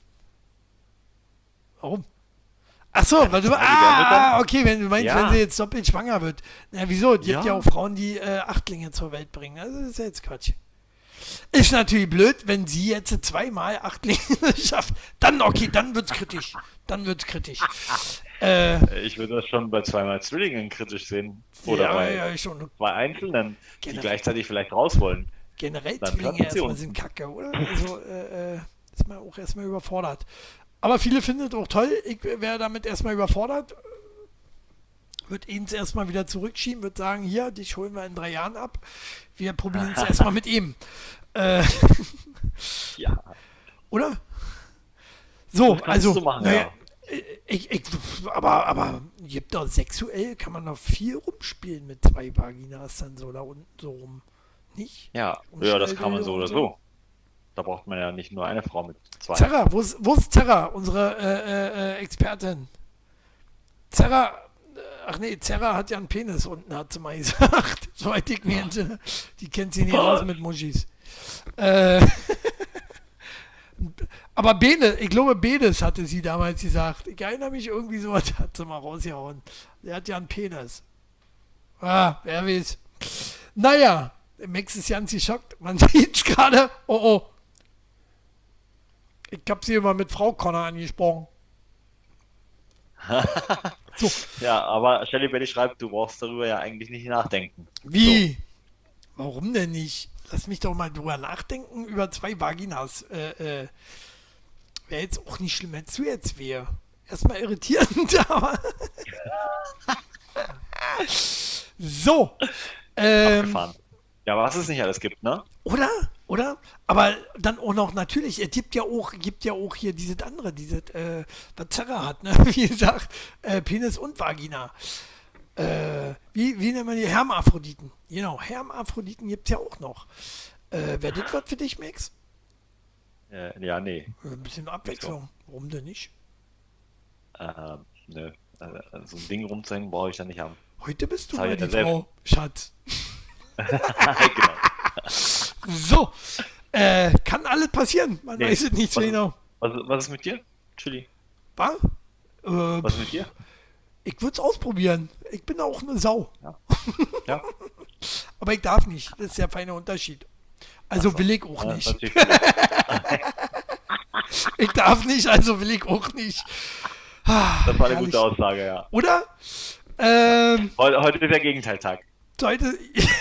Warum? Ach so, Ja, weil die du. zwei Gebärmütter. Ah, okay, wenn du meinst, wenn Ja, sie jetzt doppelt schwanger wird. Na, wieso? Die gibt ja ja. auch Frauen, die äh, Achtlinge zur Welt bringen. Also, das ist ja jetzt Quatsch. Ist natürlich blöd, wenn sie jetzt zweimal Achtlinge schafft. Dann, okay, dann wird's kritisch. Dann wird's kritisch. Äh, Ich würde das schon bei zweimal Zwillingen kritisch sehen. ja, Oder bei ja, schon. zwei Einzelnen, die Generell, gleichzeitig vielleicht raus wollen. generell Dann Zwillinge platzen sie erstmal sind unten. kacke, oder? Also, äh, äh, ist man auch erstmal überfordert. Aber viele finden es auch toll. Ich wäre damit erstmal überfordert. Würde ihn erstmal wieder zurückschieben, würde sagen, hier, dich holen wir in drei Jahren ab. Wir probieren es erstmal mit ihm. Äh, Ja, oder? So, das kannst also, du machen, naja, ja. ich, ich, aber, aber gibt doch sexuell, kann man doch viel rumspielen mit zwei Vaginas dann so da unten so rum. Nicht? Ja, ja, das kann man so und oder so. so. Da braucht man ja nicht nur eine Frau mit zwei. Zerra, wo ist, wo ist Zerra, unsere äh, äh, äh, Expertin? Zerra, äh, ach nee, Zerra hat ja einen Penis unten, hat sie mal gesagt. Soweit ich mir entsinne. Die kennt sie nicht aus mit Muschis. Äh, aber Bene, ich glaube Benes hatte sie damals gesagt. Ich erinnere mich irgendwie so, hat sie mal rausgehauen. Der hat ja einen Penis. Ah, wer weiß. Naja, Max ist ganz geschockt. Man sieht gerade. Oh, oh. Ich habe sie immer mit Frau Connor angesprochen. So. Ja, aber Shelly Belly schreibt, du brauchst darüber ja eigentlich nicht nachdenken. Wie? Warum denn nicht? Lass mich doch mal drüber nachdenken über zwei Vaginas. Äh, äh, wäre jetzt auch nicht schlimm, wenn du jetzt wäre. Erstmal irritierend, aber. So. Ähm, Abgefahren. Ja, was es nicht alles gibt, ne? oder? Oder? Aber dann auch noch natürlich, es gibt ja auch, gibt ja auch hier dieses andere, dieses, äh, was Zerra hat, ne? Wie gesagt, äh, Penis und Vagina. Äh, wie, wie nennt man die? Hermaphroditen. Genau, Hermaphroditen gibt es ja auch noch. Äh, Wäre das was für dich, Max? Äh, ja, nee. Ein bisschen Abwechslung. Warum denn nicht? Ähm, nö. Also, so ein Ding rumzuhängen brauche ich dann nicht haben. Heute bist du Das hab mal ich die ja selbst. Frau, Schatz. Genau. So, äh, kann alles passieren. Man Nee, weiß es nicht so was- genau. Was, was ist mit dir? Chili. Was? Äh, Was ist mit dir? ich würde es ausprobieren. Ich bin auch eine Sau. Ja. Aber ich darf nicht. Das ist der feine Unterschied. Also will ich auch Ja, nicht. natürlich blöd. Ich darf nicht, also will ich auch nicht. Ah, Das war eine herrlich. gute Aussage, ja. Oder? Ähm, Heute, heute ist der Gegenteiltag. Leute.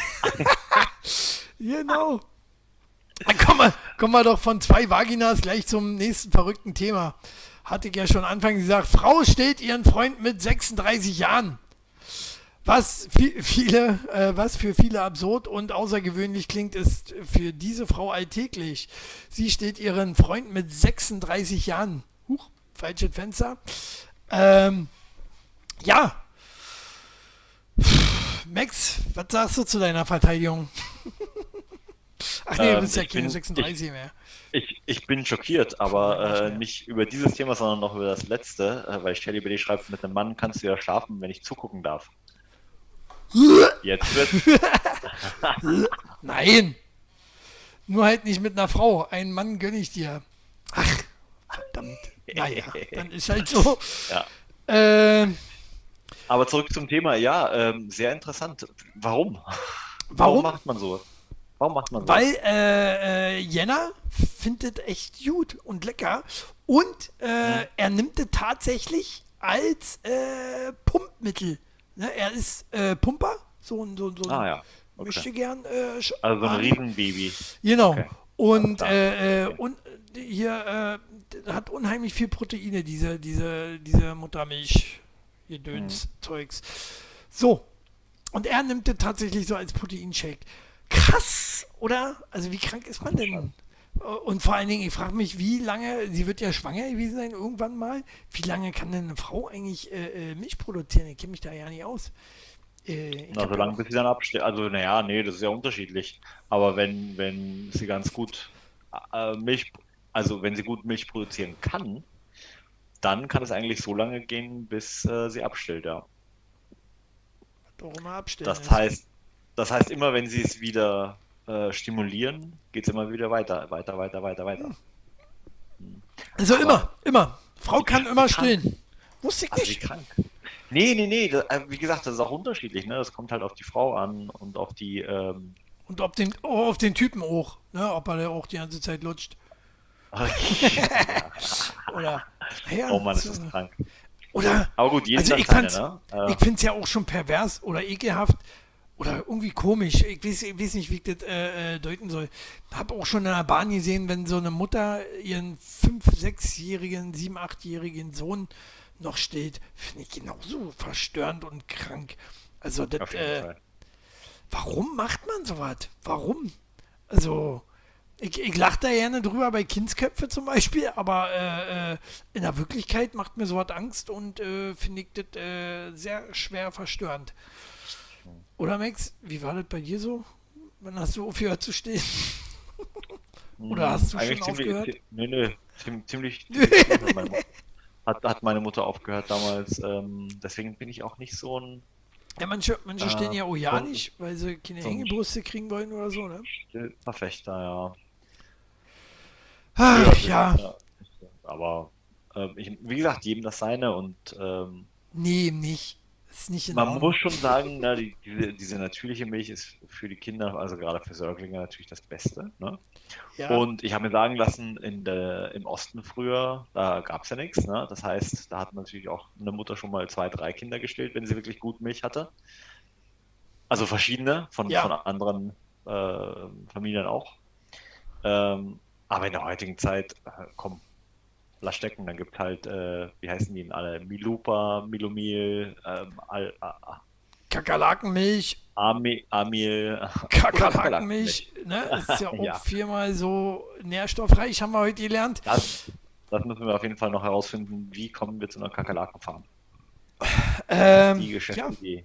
Genau. Dann kommen wir, kommen wir doch von zwei Vaginas gleich zum nächsten verrückten Thema. Hatte ich ja schon Anfang gesagt. Frau steht ihren Freund mit sechsunddreißig Jahren. Was, vi- viele, äh, was für viele absurd und außergewöhnlich klingt, ist für diese Frau alltäglich. Sie steht ihren Freund mit sechsunddreißig Jahren. Huch, falsches Fenster. Ähm, ja. Max, was sagst du zu deiner Verteidigung? Ach nee, du Ähm, bist ja ich keine bin- sechsunddreißig mehr. Ich, ich bin schockiert, aber äh, nicht über dieses Thema, sondern noch über das letzte, äh, weil Shelly Belly schreibt, mit einem Mann kannst du ja schlafen, wenn ich zugucken darf. Jetzt wird Nein. Nur halt nicht mit einer Frau. Einen Mann gönne ich dir. Ach, verdammt. Naja, dann ist halt so. ja. Ähm, Aber zurück zum Thema, ja, ähm, sehr interessant. Warum? Warum? macht man so? Warum macht man so? weil äh, äh, Jenna findet echt gut und lecker. Und äh, er nimmt es tatsächlich als äh, Pumpmittel. Ne? Er ist äh, Pumper. So ein, so, ein- so ein Ah ja. möchte Okay. gern. Äh, Sch- Also so ein Ari. Riesenbaby. Genau. Okay. Und, Alles klar. äh, äh, Okay. und äh, hier äh, hat unheimlich viel Proteine, diese, diese, diese Muttermilch, Gedöns, Zeugs. So. Und er nimmt das tatsächlich so als Proteinshake. Krass, oder? Also wie krank ist man denn? Und vor allen Dingen, ich frage mich, wie lange, sie wird ja schwanger gewesen sein irgendwann mal, wie lange kann denn eine Frau eigentlich äh, äh, Milch produzieren? Ich kenne mich da ja nicht aus. Äh, ich Na, hab solange ja- bis sie dann absteht. Also, naja, nee, das ist ja unterschiedlich. Aber wenn, wenn sie ganz gut äh, Milch, also wenn sie gut Milch produzieren kann, dann kann es eigentlich so lange gehen, bis äh, sie abstillt, ja. doch immer abstellen. Das ist. heißt, das heißt, immer wenn sie es wieder äh, stimulieren, geht es immer wieder weiter, weiter, weiter, weiter, weiter. Also aber- immer, immer. Frau kann immer wie krank. stillen. Wusste ich Also wie nicht. krank. Nee, nee, nee, das, äh, wie gesagt, das ist auch unterschiedlich, ne? Das kommt halt auf die Frau an und auf die, ähm, Und ob den, oh, auf den Typen auch, ne? Ob er da auch die ganze Zeit lutscht. Oder. Ja, oh Mann, ist so. das krank. Oder. Aber gut, jeden Also Tag ich seine, fand's, ne? Äh, ich finde es ja auch schon pervers oder ekelhaft oder irgendwie komisch. Ich weiß, ich weiß nicht, wie ich das äh, äh, deuten soll. Habe auch schon in der Bahn gesehen, wenn so eine Mutter ihren fünf-, sechsjährigen, sieben-, achtjährigen Sohn noch stillt, finde ich genauso verstörend und krank. Also das, auf jeden äh, Fall. warum macht man sowas? Warum? Also, ich, ich lache da gerne drüber bei Kindsköpfe zum Beispiel, aber äh, äh, in der Wirklichkeit macht mir sowas Angst und äh, finde ich das äh, sehr schwer verstörend. Oder Max, wie war das bei dir so? Wann hast du aufgehört zu stehen? Oder hast du Eigentlich schon ziemlich, aufgehört? zi- Nee, nee, ziem- ziemlich, ziemlich früh hat meine Mutter, hat, hat meine Mutter aufgehört damals. Ähm, deswegen bin ich auch nicht so ein Ja, manche, manche Äh, stehen ja auch ja so- nicht, weil sie keine so ein- Hängebrüste kriegen wollen oder so, ne? Verfechter, ja. Ach, ja, Aber ähm, ich, wie gesagt, jedem das seine und ähm, nee, nicht. ist nicht in Man Ordnung. muss schon sagen, na, die, diese, diese natürliche Milch ist für die Kinder, also gerade für Säuglinge natürlich das Beste. Ne? Ja, Und ich habe mir sagen lassen, in der, im Osten früher, da gab es ja nichts. Ne? Das heißt, da hat natürlich auch eine Mutter schon mal zwei, drei Kinder gestillt, wenn sie wirklich gut Milch hatte. Also verschiedene, von, ja. von anderen äh, Familien auch. Ähm, aber in der heutigen Zeit, äh, komm, lass stecken, dann gibt halt, äh, wie heißen die denn alle? Milupa, Milumil, ähm, Al, A- Kakerlakenmilch, Ami, Amil oder Kakerlakenmilch, ne, ist ja auch Ja, viermal so nährstoffreich, haben wir heute gelernt. das, das müssen wir auf jeden Fall noch herausfinden. Wie kommen wir zu einer Kakerlakenfarm? Ähm, Die ja, Geschäftsidee.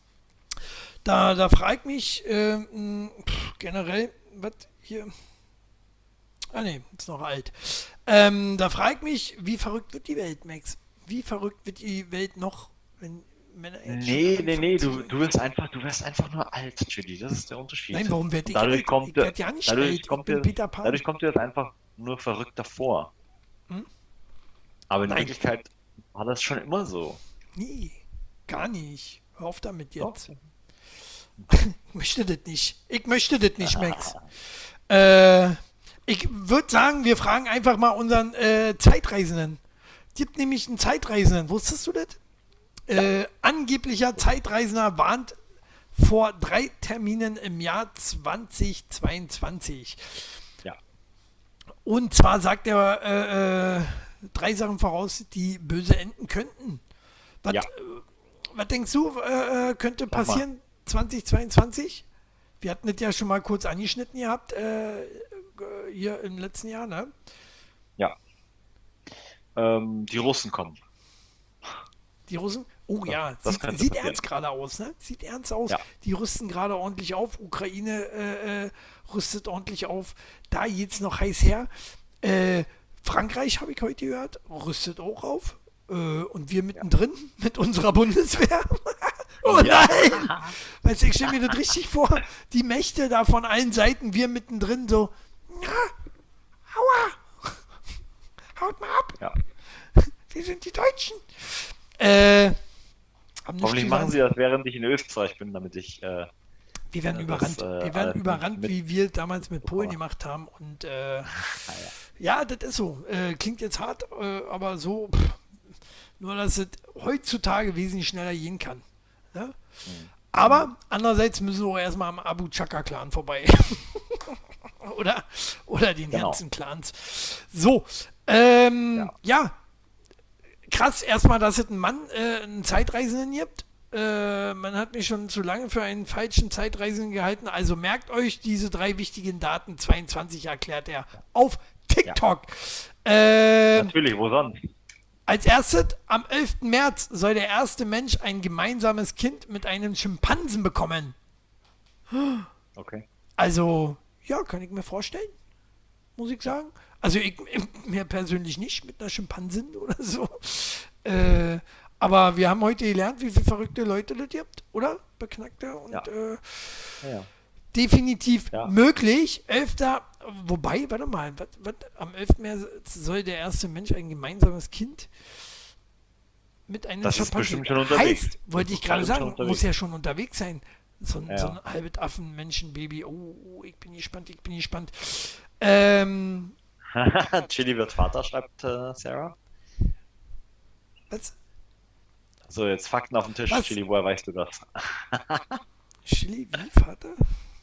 da, da frage ich mich ähm, pff, generell, was hier. Ah ne, ist noch alt. Ähm, da frage ich mich, wie verrückt wird die Welt, Max? Wie verrückt wird die Welt noch, wenn Männer jetzt schon Nee, nee, nee, anfangen zu du, sein? du wirst einfach, du wirst einfach nur alt, Chili. Das ist der Nein, Unterschied. warum werde Und ich dadurch alt? kommt, Ich dir- werde ja nicht dadurch alt. Ich kommt bin dir, Peter Pan. dadurch kommt dir das einfach nur verrückter vor. Hm? Aber in Nein. Wirklichkeit war das schon immer so. Nee, gar nicht. Hör auf damit Doch. jetzt. Ich möchte das nicht. Ich möchte das nicht, Max. Äh, ich würde sagen, wir fragen einfach mal unseren äh, Zeitreisenden. Es gibt nämlich einen Zeitreisenden. Wusstest du das? Äh, angeblicher Zeitreisender warnt vor drei Terminen im Jahr zweitausendzweiundzwanzig. Ja. Und zwar sagt er äh, äh, drei Sachen voraus, die böse enden könnten. Was, Ja. äh, was denkst du, äh, äh, könnte Sag mal. passieren zweitausendzweiundzwanzig? Wir hatten das ja schon mal kurz angeschnitten gehabt, äh, hier im letzten Jahr, ne? Ja. Ähm, die Russen kommen. Die Russen? Oh ja, das sieht, könnte sieht passieren. ernst gerade aus, ne? Sieht ernst aus. Ja. Die rüsten gerade ordentlich auf. Ukraine äh, äh, rüstet ordentlich auf. Da geht's noch heiß her. Äh, Frankreich, habe ich heute gehört, rüstet auch auf. Äh, und wir mittendrin mit unserer Bundeswehr. Oh Ja. nein! Weißt du, ich stelle mir das richtig vor. Die Mächte da von allen Seiten, wir mittendrin so. Na, aua! Haut mal ab! Ja. Wir sind die Deutschen. Äh, haben nicht Hoffentlich gesagt. machen sie das, während ich in Österreich bin, damit ich. Äh, Wir werden das, überrannt. äh, wir alles werden überrannt, mit- wie wir damals mit Polen mitbekommen. gemacht haben. Und äh, ja. ja, das ist so. Äh, klingt jetzt hart, äh, aber so. Pff, nur, dass es heutzutage wesentlich schneller gehen kann. Ne? Mhm. Aber andererseits müssen wir auch erstmal am Abu Chaka-Clan vorbei. oder, oder den Genau. ganzen Clans. So, ähm, Ja. ja. Krass, erstmal, dass es einen Mann, äh, einen Zeitreisenden gibt. Äh, man hat mich schon zu lange für einen falschen Zeitreisenden gehalten. Also merkt euch diese drei wichtigen Daten. zweiundzwanzig erklärt er auf TikTok. Äh, Natürlich, wo sonst? als erstes, am elften März soll der erste Mensch ein gemeinsames Kind mit einem Schimpansen bekommen. Okay. Also, ja, kann ich mir vorstellen, muss ich sagen. Also ich, mir persönlich nicht mit einer Schimpansin oder so. Äh, aber wir haben heute gelernt, wie viele verrückte Leute das gibt, oder? Beknackte und Ja. äh, Ja, ja. definitiv Ja. möglich. elfter Wobei, warte mal, wat, wat, am elften März soll der erste Mensch ein gemeinsames Kind mit einem Das ist Schimpansen. bestimmt schon unterwegs. Heißt, wollte Das ich ist gerade bestimmt sagen, schon unterwegs. muss ja schon unterwegs sein. So ein, Ja. so ein halbes Affen-Menschenbaby. Oh, oh, ich bin gespannt, ich bin gespannt. Ähm, Chili wird Vater, schreibt äh, Sarah. was? So, jetzt Fakten auf den Tisch, Was? Chili, woher weißt du das? Chili, wie, Vater?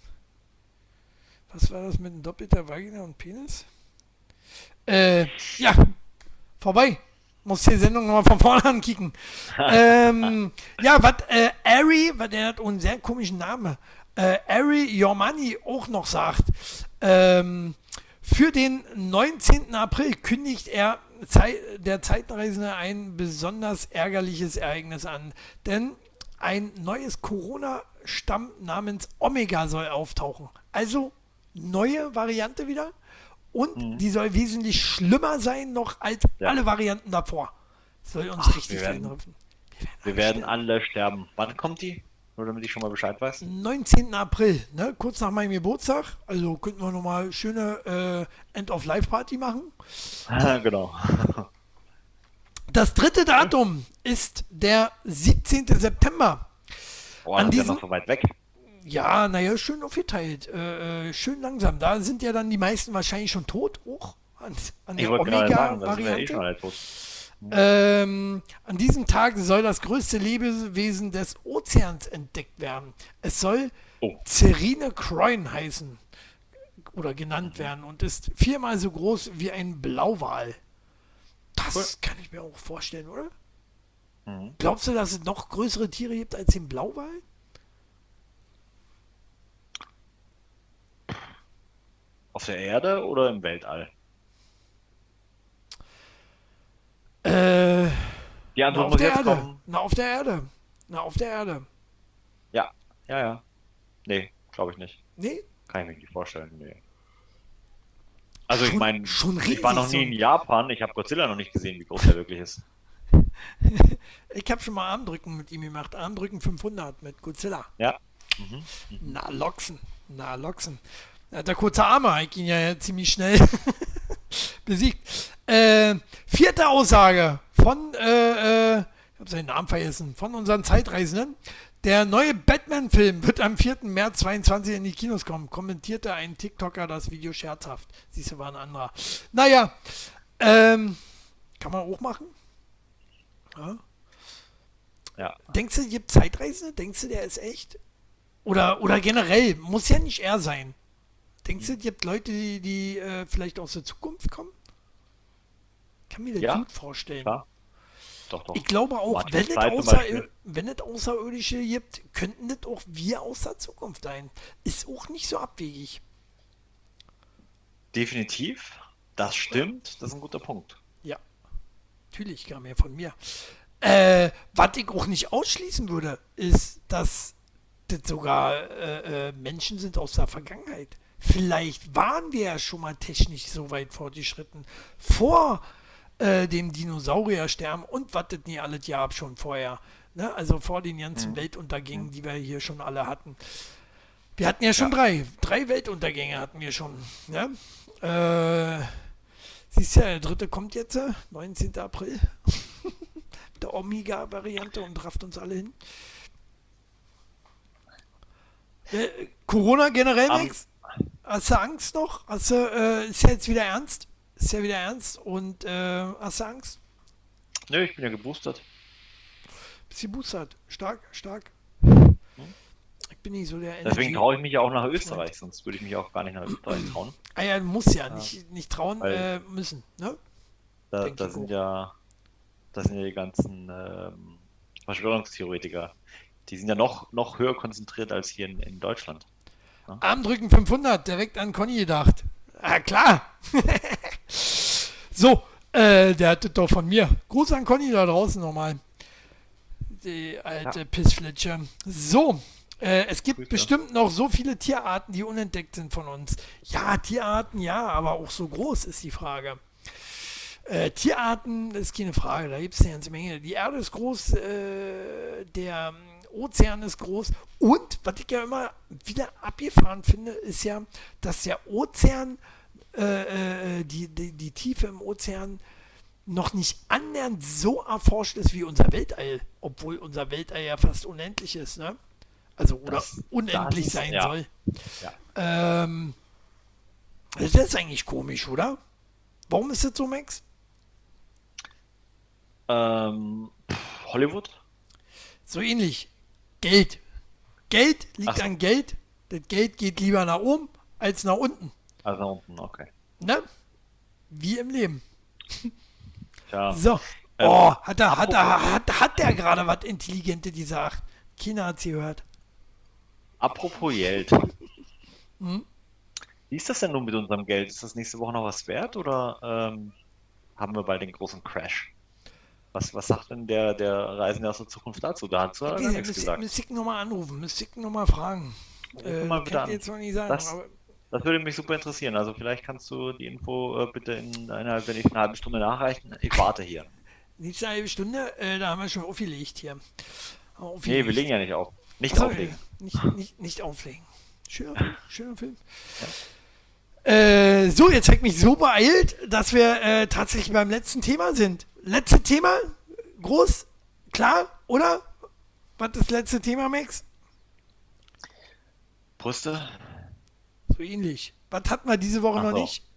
Was war das mit einem doppelter Vagina und Penis? Äh, ja, vorbei. Muss die Sendung nochmal von vorne ankicken. ähm, ja, was äh, Ari, was der hat einen sehr komischen Namen, äh, Ari Yormani auch noch sagt, ähm, für den neunzehnten April kündigt er Zei der Zeitreisende ein besonders ärgerliches Ereignis an, denn ein neues Corona-Stamm namens Omega soll auftauchen. Also neue Variante wieder und die soll wesentlich schlimmer sein noch als Ja. alle Varianten davor. Soll uns Ach, richtig wir werden- reinrümpfen. Wir werden alle sterben. Wann kommt die? Nur damit ich schon mal Bescheid weiß. neunzehnten April, ne? Kurz nach meinem Geburtstag. Also könnten wir nochmal schöne äh, End-of-Life-Party machen. genau. Das dritte Datum ist der siebzehnten September. Boah, das ist ja noch so weit weg. Ja, naja, schön aufgeteilt. Äh, schön langsam. Da sind ja dann die meisten wahrscheinlich schon tot. Auch an, an der Omega-Variante. Eh tot. Ähm, an diesem Tag soll das größte Lebewesen des Ozeans entdeckt werden. Es soll oh. Cerine Croin heißen oder genannt werden und ist viermal so groß wie ein Blauwal. Das cool. kann ich mir auch vorstellen, oder? Mhm. Glaubst du, dass es noch größere Tiere gibt als den Blauwal? Auf der Erde oder im Weltall? Äh, Die Antwort na, auf muss der jetzt Erde. kommen. Na, auf der Erde. Na, auf der Erde. Ja, ja, ja. Nee, glaube ich nicht. Nee? Kann ich mir nicht vorstellen, nee. Also schon, ich meine, ich war noch nie in Japan, ich habe Godzilla noch nicht gesehen, wie groß der wirklich ist. Ich habe schon mal Armdrücken mit ihm gemacht. Armdrücken fünfhundert mit Godzilla. Ja. Mhm. Mhm. Na, Loxen. Na, Loxen. Er hat der kurze Arme, ich ihn ja ziemlich schnell besiegt. Äh, vierte Aussage von, äh, äh, ich habe seinen Namen vergessen, von unseren Zeitreisenden. Der neue Batman-Film wird am vierten März zweiundzwanzig in die Kinos kommen, kommentierte ein TikToker das Video scherzhaft. Siehst du, war ein anderer. Naja, ähm, kann man auch machen. Ja. Ja. Denkst du, es gibt Zeitreisende? Denkst du, der ist echt? Oder, oder generell, muss ja nicht er sein. Denkst du, es gibt Leute, die, die äh, vielleicht aus der Zukunft kommen? Kann mir das ja, gut vorstellen. Klar. Doch, doch. Ich glaube auch, wenn es, außer, wenn es Außerirdische gibt, könnten das auch wir aus der Zukunft sein. Ist auch nicht so abwegig. Definitiv. Das stimmt. Das ist ein guter Punkt. Ja. Natürlich, kam ja von mir. Äh, was ich auch nicht ausschließen würde, ist, dass das sogar äh, äh, Menschen sind aus der Vergangenheit. Vielleicht waren wir ja schon mal technisch so weit fortgeschritten. Vor äh, dem Dinosauriersterben und was das nie alles gab schon vorher. Ne? Also vor den ganzen mhm. Weltuntergängen, die wir hier schon alle hatten. Wir hatten ja schon ja. drei. Drei Weltuntergänge hatten wir schon. Ne? Äh, siehst du ja, der dritte kommt jetzt, neunzehnten April. Der Omega-Variante und rafft uns alle hin. Äh, Corona generell, Max? Hast du Angst noch? Hast du, äh, ist ja jetzt wieder ernst? Ist ja wieder ernst und äh, hast du Angst? Nö, ich bin ja geboostert. Bist du geboostert? Stark, stark. Hm? Ich bin nicht so der Energy. Deswegen traue ich mich ja auch nach Österreich, sonst würde ich mich auch gar nicht nach Österreich trauen. Ah ja, du musst ja, ja. Nicht, nicht trauen äh, müssen, ne? Da, da sind ja, das sind ja die ganzen ähm, Verschwörungstheoretiker. Die sind ja noch, noch höher konzentriert als hier in, in Deutschland. Ja? Armdrücken fünfhundert, direkt an Conny gedacht. Ah, klar. So, äh, der hat das doch von mir. Gruß an Conny da draußen nochmal. Die alte ja. Pissflitsche. So, äh, es gibt Grüße. bestimmt noch so viele Tierarten, die unentdeckt sind von uns. Ja, Tierarten, ja, aber auch so groß ist die Frage. Äh, Tierarten ist keine Frage, da gibt es eine ganze Menge. Die Erde ist groß, äh, der Ozean ist groß und, was ich ja immer wieder abgefahren finde, ist ja, dass der Ozean, äh, äh, die, die, die Tiefe im Ozean noch nicht annähernd so erforscht ist wie unser Weltall, obwohl unser Weltall ja fast unendlich ist, ne? Also, oder das, unendlich das, sein ja. soll. Ja. Ähm, das ist eigentlich komisch, oder? Warum ist das so, Max? Ähm, Hollywood? So ähnlich. Geld. Geld liegt so. an Geld. Das Geld geht lieber nach oben als nach unten. Also nach unten, okay. Ne? Wie im Leben. Tja. So. Ähm, oh, hat er, hat er, hat, hat der gerade was Intelligentes gesagt? Keiner hat sie gehört. Apropos Geld. Hm? Wie ist das denn nun mit unserem Geld? Ist das nächste Woche noch was wert oder ähm, haben wir bald den großen Crash? Was, was sagt denn der, der Reisende aus der Zukunft dazu? Da hat du okay, nichts gesagt. Müsste ich nochmal anrufen, müsste ich nochmal fragen. Äh, mal kann ich jetzt noch nicht sagen. Das, aber das würde mich super interessieren. Also vielleicht kannst du die Info äh, bitte in innerhalb der nächsten halben Stunde nachreichen. Ich warte hier. Nächste halbe Stunde, äh, da haben wir schon aufgelegt hier. Aufgelegt. Nee, wir legen ja nicht auf. Nicht Achso, auflegen. Nicht, nicht, nicht auflegen. Schöner, schöner Film. Ja. Äh, so, jetzt hat mich so beeilt, dass wir äh, tatsächlich beim letzten Thema sind. letzte Thema, groß, klar, oder? Was ist das letzte Thema, Max? Brüste? So ähnlich. Was hatten wir diese Woche Ach noch so. nicht?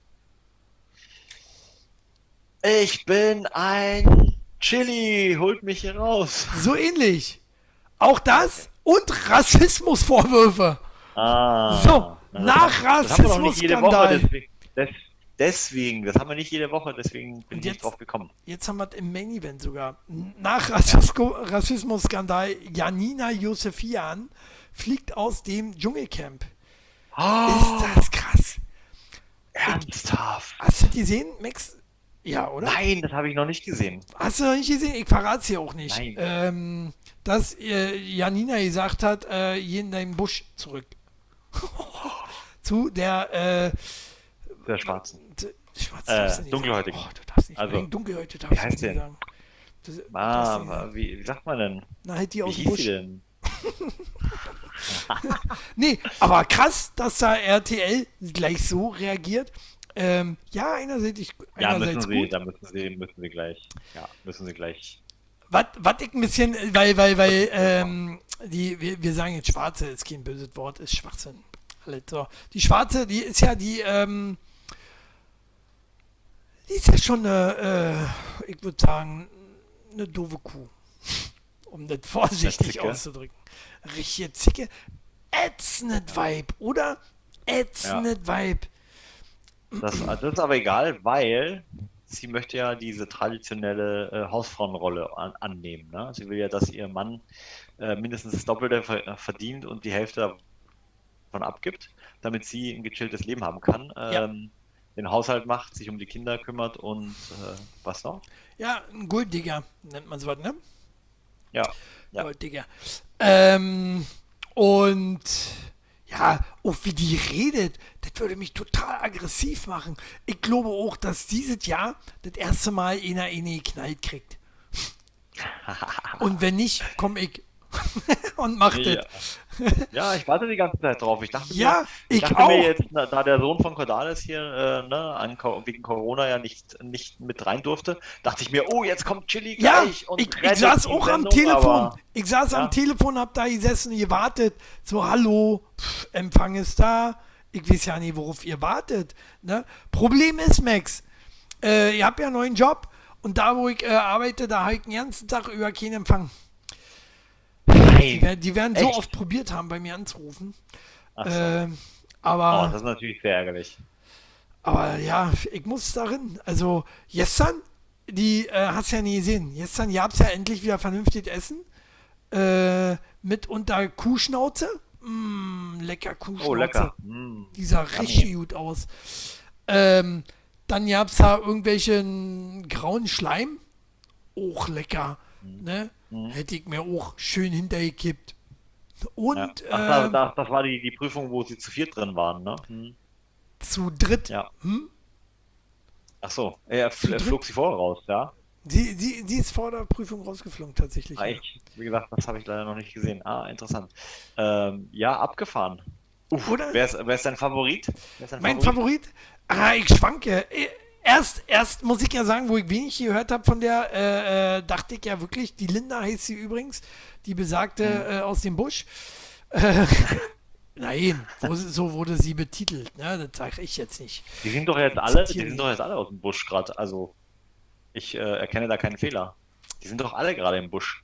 Ich bin ein Chili, holt mich hier raus. So ähnlich. Auch das und Rassismusvorwürfe. Ah. So, na, nach das, das haben wir noch nicht jede Woche, Rassismusskandal. deswegen, des, deswegen, das haben wir nicht jede Woche, deswegen bin Und ich jetzt- nicht drauf gekommen. Jetzt haben wir es im Main Event sogar. Nach Rassisco- Rassismusskandal Janina Josefian fliegt aus dem Dschungelcamp. Ist das krass. Ernsthaft? Hast du das gesehen, Max? Ja, oder? Nein, das habe ich noch nicht gesehen. Hast du noch nicht gesehen? Ich verrate es dir auch nicht. Nein. Ähm, dass äh, Janina gesagt hat, äh, geh in deinen Busch zurück. Zu der äh, Der Schwarzen. d- Schwarz Äh, darfst du nicht dunkelhäutig. sagen. Oh, du darfst nicht Also, sagen. Dunkelhäutig wie darfst du heißt nicht denn? sagen. Das, darfst du Ah, nicht sagen. wie, wie sagt man denn? Na, halt die Wie aus dem hieß Busch. sie denn? Nee, aber krass, dass da R T L gleich so reagiert. Ähm, ja, einerseits, ich, Ja, einerseits müssen sie, gut. da müssen sie, müssen sie gleich. Ja, müssen sie gleich. Was, was ich ein bisschen, weil, weil, weil, ähm, die, wir, wir sagen jetzt Schwarze, ist kein böses Wort, ist Schwachsinn. Alles so. Die Schwarze, die ist ja die, ähm, die ist ja schon eine, äh, ich würde sagen, eine doofe Kuh. Um das vorsichtig Zicke. auszudrücken. Richtige Zicke. Ätzend Vibe, oder? Ätzend Vibe. Das, das ist aber egal, weil sie möchte ja diese traditionelle äh, Hausfrauenrolle an, annehmen. Ne? Sie will ja, dass ihr Mann äh, mindestens das Doppelte ver verdient und die Hälfte davon abgibt, damit sie ein gechilltes Leben haben kann. Ja. Ähm, den Haushalt macht, sich um die Kinder kümmert und äh, was noch? Ja, ein Golddigger nennt man sowas, ne? Ja. Ja. Golddigger. Ähm, und ja, auch wie die redet, das würde mich total aggressiv machen. Ich glaube auch, dass dieses Jahr das erste Mal einer eine geknallt kriegt. Und wenn nicht, komm ich und mach Ja. das. Ja, ich warte die ganze Zeit drauf. Ich dachte, Ja, mir, ich dachte auch. mir jetzt, na, da der Sohn von Cordalis hier äh, ne, an, Co- wegen Corona ja nicht, nicht mit rein durfte, dachte ich mir, oh, jetzt kommt Chili Ja, gleich und ich, ich rettet saß die auch am Sendung, Telefon. aber- Ich saß Ja. am Telefon, hab da gesessen, gewartet. So, hallo, pff, Empfang ist da. Ich weiß ja nicht, worauf ihr wartet. Ne? Problem ist, Max, äh, ihr habt ja einen neuen Job und da, wo ich äh, arbeite, da habe ich den ganzen Tag über keinen Empfang. Die, Nein. wer- die werden so Echt? oft probiert haben, bei mir anzurufen. Ach so. Ähm, Oh, aber, das ist natürlich sehr ärgerlich. aber ja, ich muss darin. Also, gestern, die äh, hast ja nie gesehen. Gestern gab es ja endlich wieder vernünftig Essen. Äh, mit unter Kuhschnauze. Mm, lecker Kuhschnauze. Oh, lecker. Mm. Die sah richtig gut aus. Ähm, dann gab es da irgendwelchen grauen Schleim. Auch lecker. Ne? Hätte ich mir auch schön hintergekippt. Ja. Und Ach, das, ähm, das, das war die, die Prüfung, wo sie zu viert drin waren, ne? Hm. zu dritt. Ja. Hm? Ach so, er, Zu fl- er dritt? flog sie vorher raus, ja? Sie, sie, sie ist vor der Prüfung rausgeflogen, tatsächlich. Ah, ich, wie gesagt, das habe ich leider noch nicht gesehen. Ah, interessant. Ähm, ja, abgefahren. Uff, Oder? Wer ist, wer ist dein Favorit? Wer ist dein Mein Favorit? Ah, ich schwanke. Eh, Erst, erst muss ich ja sagen, wo ich wenig gehört habe von der, äh, äh, dachte ich ja wirklich, die Linda heißt sie übrigens, die besagte äh, aus dem Busch. Äh, nein, wo, sie- so wurde sie betitelt, ne? Das sage ich jetzt nicht. Die sind doch jetzt alle, die Zitiere sind ich. doch jetzt alle aus dem Busch gerade. Also ich äh, erkenne da keinen Fehler. Die sind doch alle gerade im Busch.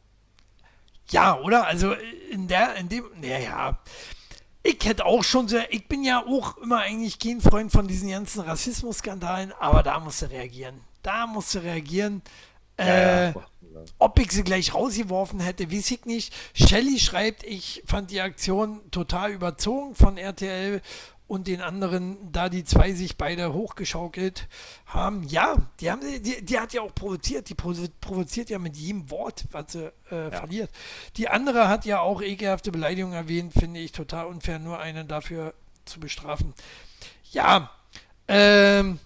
Ja, oder? Also in der, in dem, naja, ich hätte auch schon sehr, ich bin ja auch immer eigentlich kein Freund von diesen ganzen Rassismusskandalen, aber da musst du reagieren. Da musst du reagieren. Äh, Ob ich sie gleich rausgeworfen hätte, weiß ich nicht. Shelly schreibt, ich fand die Aktion total überzogen von R T L und den anderen, da die zwei sich beide hochgeschaukelt haben. Ja, die, haben, sie- die, die hat ja auch provoziert. Die provo- provoziert ja mit jedem Wort, was sie äh, verliert. Die andere hat ja auch ekelhafte Beleidigungen erwähnt, finde ich total unfair, nur einen dafür zu bestrafen. Ja, ähm,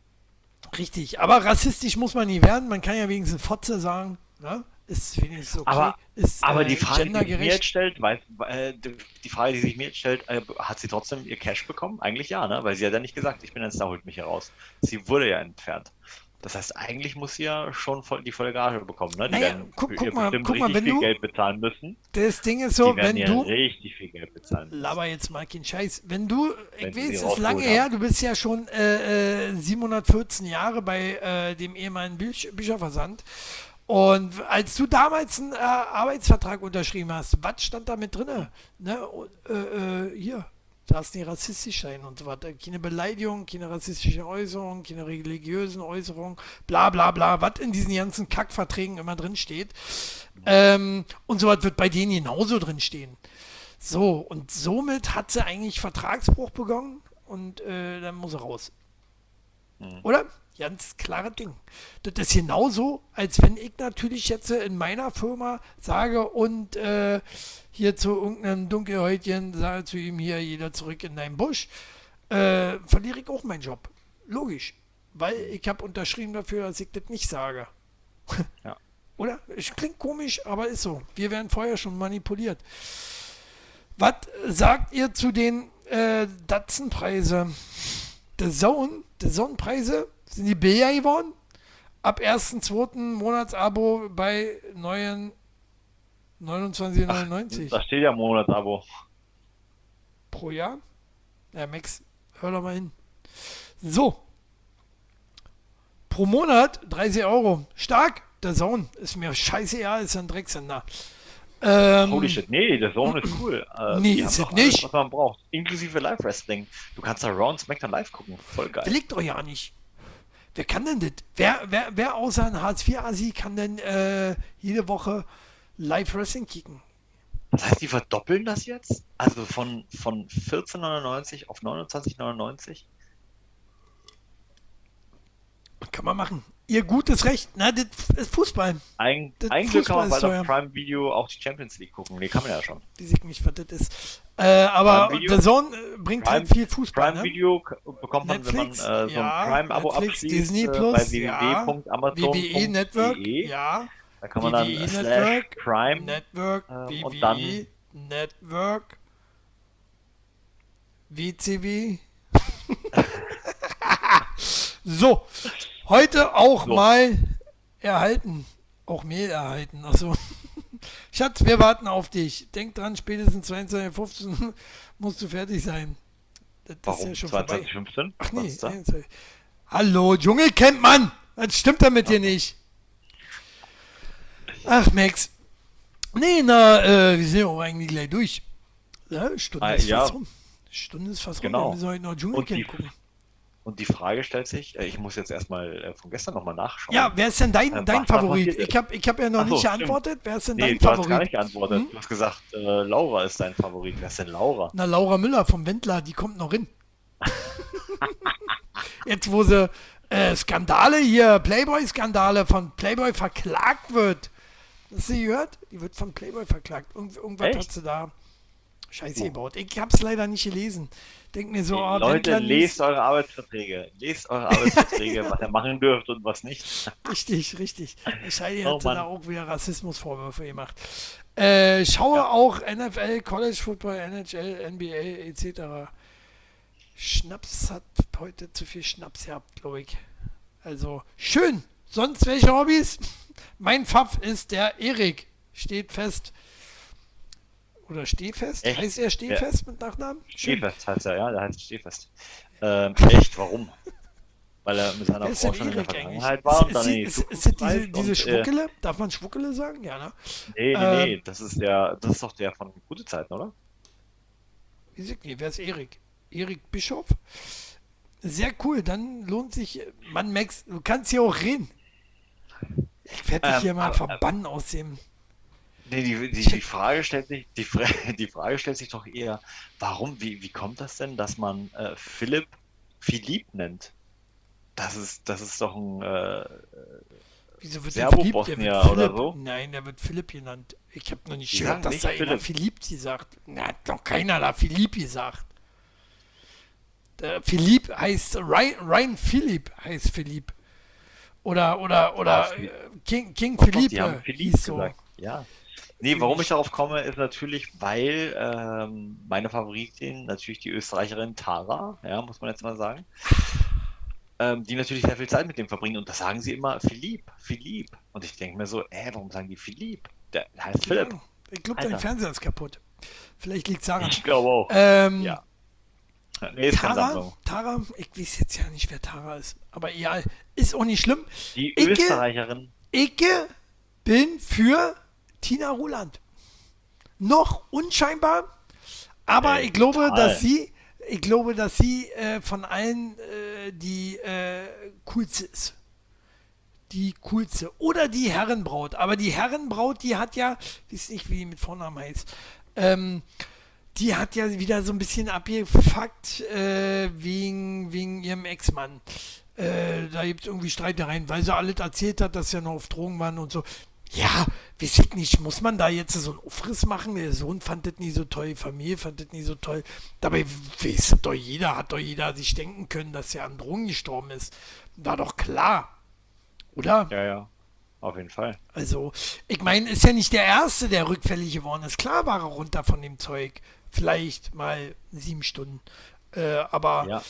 richtig. Aber rassistisch muss man nie werden. Man kann ja wenigstens Fotze sagen. Ne? Ist wenigstens okay. Aber- ist, Aber äh, die Frage, die sich mir jetzt gendergerecht. stellt, weiß, äh, die die Frage, die sich mir jetzt stellt, äh, hat sie trotzdem ihr Cash bekommen? Eigentlich ja, ne? Weil sie hat ja nicht gesagt, ich bin ein Star, holt mich hier raus. Sie wurde ja entfernt. Das heißt, eigentlich muss sie ja schon voll, die volle Gage bekommen, ne? Die Naja, werden guck, für guck ihr mal, bestimmt guck mal, richtig wenn viel du, Geld bezahlen müssen. das Ding ist Die so, werden wenn ja du, richtig viel Geld bezahlen müssen, laber jetzt mal keinen Scheiß, wenn du, wenn ich sie sie weiß, es ist lange rausgeholt her, haben. du bist ja schon äh, äh, siebenhundertvierzehn Jahre bei äh, dem ehemaligen Büch Bücherversand. Und als du damals einen äh, Arbeitsvertrag unterschrieben hast, was stand da mit drin? Ne? Und, äh, äh, hier, darfst nicht rassistisch sein und so weiter. Keine Beleidigung, keine rassistische Äußerung, keine religiösen Äußerungen, bla bla bla, was in diesen ganzen Kackverträgen immer drin steht. Ähm, und so was wird bei denen genauso drin stehen. So, und somit hat sie eigentlich Vertragsbruch begangen und äh, dann muss sie raus. Hm. Oder? Ganz klares Ding. Das ist genauso, als wenn ich natürlich jetzt in meiner Firma sage und äh, hier zu irgendeinem Dunkelhäutchen sage zu ihm hier, jeder zurück in deinen Busch, äh, verliere ich auch meinen Job. Logisch. Weil ich habe unterschrieben dafür, dass ich das nicht sage. Ja. Oder? Es klingt komisch, aber ist so. Wir werden vorher schon manipuliert. Was sagt ihr zu den äh, Datsenpreise? Der Zone, der Zone-Preise sind die billiger geworden. Ab ersten zweiten Monatsabo bei neuen neunundzwanzig neunundneunzig Da steht ja Monatsabo. pro Jahr. Ja, Max, hör doch mal hin. So. Pro Monat dreißig Euro. Stark. Der Zone ist mir scheißegal, ist ein Drecksender. Ähm, Holy shit, nee, der Zone ist cool. Äh, Nee, die haben ist doch es alles, nicht. was man braucht. Inklusive Live-Wrestling. Du kannst da Raw und SmackDown live gucken. Voll geil. Will ich doch ja nicht. Wer kann denn das? Wer, wer, wer außer ein Hartz vier Asi kann denn äh, jede Woche Live-Wrestling kicken? Das heißt, die verdoppeln das jetzt? Also von, von vierzehn neunundneunzig auf neunundzwanzig neunundneunzig? Kann man machen. Ihr gutes Recht. Na, das ist Fußball. Ein, Das ein Glück kann man Fußball bald ist auf Prime Video auch die Champions League gucken. Nee, kann man ja schon. Weiß ich nicht, was das ist. Äh, aber Prime Video? der Zone äh, bringt Prime, halt viel Fußball. Prime Ne? Video k- bekommt man, Netflix, wenn man äh, so ja, ein Prime-Abo Netflix, abschließt Disney äh, Plus, bei ja, w w w punkt amazon W W E punkt Network, de. ja, Da kann man dann W W E äh, slash Network, Prime Network, äh, und W W E dann Network, W C W. So, heute auch So. mal erhalten, auch Mail erhalten. Achso. Schatz, wir warten auf dich. Denk dran, spätestens zweiundzwanzig Uhr fünfzehn musst du fertig sein. Das ist warum ja schon vorbei. zweiundzwanzig fünfzehn? Ach Was nee, ist da? einundzwanzig. Hallo, Dschungelcamp, Mann! Was stimmt da mit dir nicht? Ach, Max. Nee, na, äh, wir sind ja auch eigentlich gleich durch. Ja, Stunde Ah, ist ja. fast rum. Stunde ist fast Genau. rum. Wir müssen heute noch Und Dschungelcamp die, gucken. und die Frage stellt sich, äh, ich muss jetzt erstmal äh, von gestern nochmal nachschauen. Ja, wer ist denn dein, Äh, dein was da Favorit? passiert ist. Ich habe ich hab ja noch Ach so, nicht stimmt. geantwortet. Wer ist denn Nee, dein du hast gar Favorit? nicht geantwortet. Hm? Du hast gesagt, äh, Laura ist dein Favorit. Wer ist denn Laura? Na, Laura Müller vom Wendler, die kommt noch hin. Jetzt, wo sie äh, Skandale hier, Playboy-Skandale von Playboy verklagt wird. Hast du gehört? Die wird von Playboy verklagt. Irgend, irgendwas Echt? hat sie da Scheiße Oh. gebaut. Ich hab's leider nicht gelesen. Denk mir so, oh, Leute, Wendler lest eure Arbeitsverträge. Lest eure Arbeitsverträge, was ihr machen dürft und was nicht. Richtig, richtig. Scheide Oh hat sie Mann. da auch wieder Rassismusvorwürfe gemacht. Äh, schaue Ja. auch N F L, College Football, N H L, N B A et cetera. Schnaps hat heute zu viel Schnaps gehabt, glaube ich. Also schön. Sonst welche Hobbys? Mein Pfaff ist der Erik. Steht fest. Oder Stehfest? Echt? Heißt er Stehfest mit Nachnamen? Schön. Stehfest heißt er, ja, der heißt Stehfest. Ähm, echt, warum? Weil er mit seiner Wer ist Frau denn schon in der Erik eigentlich? Vergangenheit war und Ist, dann ist, in die ist, Zukunft ist, ist diese, reist diese und, äh, Schwuckele? Darf man Schwuckele sagen? Ja, ne? Nee, nee, Ähm, nee, das ist der, das ist doch der von Gute Zeiten, oder? Wie sagt ihr, wer ist Erik? Erik Bischof? Sehr cool, dann lohnt sich. Mann, Max, du kannst hier auch reden. Ich werde dich Ähm, hier mal aber- verbannen aus dem. Nee, die, die, die Frage stellt sich, die, Fra die Frage stellt sich doch eher, warum, wie, wie kommt das denn, dass man äh, Philipp Philipp nennt? Das ist, das ist doch ein, äh, Wieso wird der Philipp? Der Serbo-Bosnier wird oder Philipp. so? Nein, der wird Philipp genannt. Ich habe noch nicht Die gehört, sagen dass nicht da einer Philipp. Philipp gesagt. Na, hat doch keiner da Philipp gesagt. Der Philipp heißt Ryan, Ryan Philipp heißt Philipp. Oder oder oder Ah, äh, King, King Doch, doch, Philippe die haben Philipp hieß so. gesagt. Ja. Nee, warum ich darauf komme, ist natürlich, weil ähm, meine Favoritin, natürlich die Österreicherin Tara, ja, muss man jetzt mal sagen, ähm, die, die, die Frage stellt sich, die, Fra die Frage stellt sich doch eher, warum, wie, wie kommt das denn, dass man äh, Philipp Philipp nennt? Das ist, das ist doch ein, äh, Serbo-Bosnier oder so? Wieso wird der Die Philipp? sagen nicht Philipp. ähm, die natürlich sehr viel Zeit mit dem verbringen. Und da sagen sie immer Philipp, Philipp. Und ich denke mir so, äh, warum sagen die Philipp? Der heißt Keine Philipp. Ahnung. Ich glaube, dein Alter. Fernseher ist kaputt. Vielleicht liegt es daran. Ich glaube auch. Ähm, Ja. Nee, ist keine Tara, Sammlung. Tara, ich weiß jetzt ja nicht, wer Tara ist. Aber egal, ist auch nicht schlimm. Die Ich, Österreicherin. ich bin für Tina Ruland. Noch unscheinbar, aber Ey, ich glaube, total. dass sie, ich glaube, dass sie äh, von allen äh, die äh, coolste ist. Die coolste. Oder die Herrenbraut. Aber die Herrenbraut, die hat ja, ich weiß nicht, wie die mit Vornamen heißt, ähm, die hat ja wieder so ein bisschen abgefuckt äh, wegen, wegen ihrem Ex-Mann. Äh, da gibt es irgendwie Streitereien, weil sie alles erzählt hat, dass sie noch auf Drogen waren und so. Ja, weiß ich nicht, muss man da jetzt so einen Aufriss machen? Der Sohn fand das nie so toll, die Familie fand das nie so toll. Dabei weiß doch jeder, hat doch jeder sich denken können, dass er an Drogen gestorben ist. War doch klar, oder? Ja, ja. Auf jeden Fall. Also, ich meine, ist ja nicht der Erste, der rückfällig geworden ist. Klar war er runter von dem Zeug. Vielleicht mal sieben Stunden. Äh, aber Ja.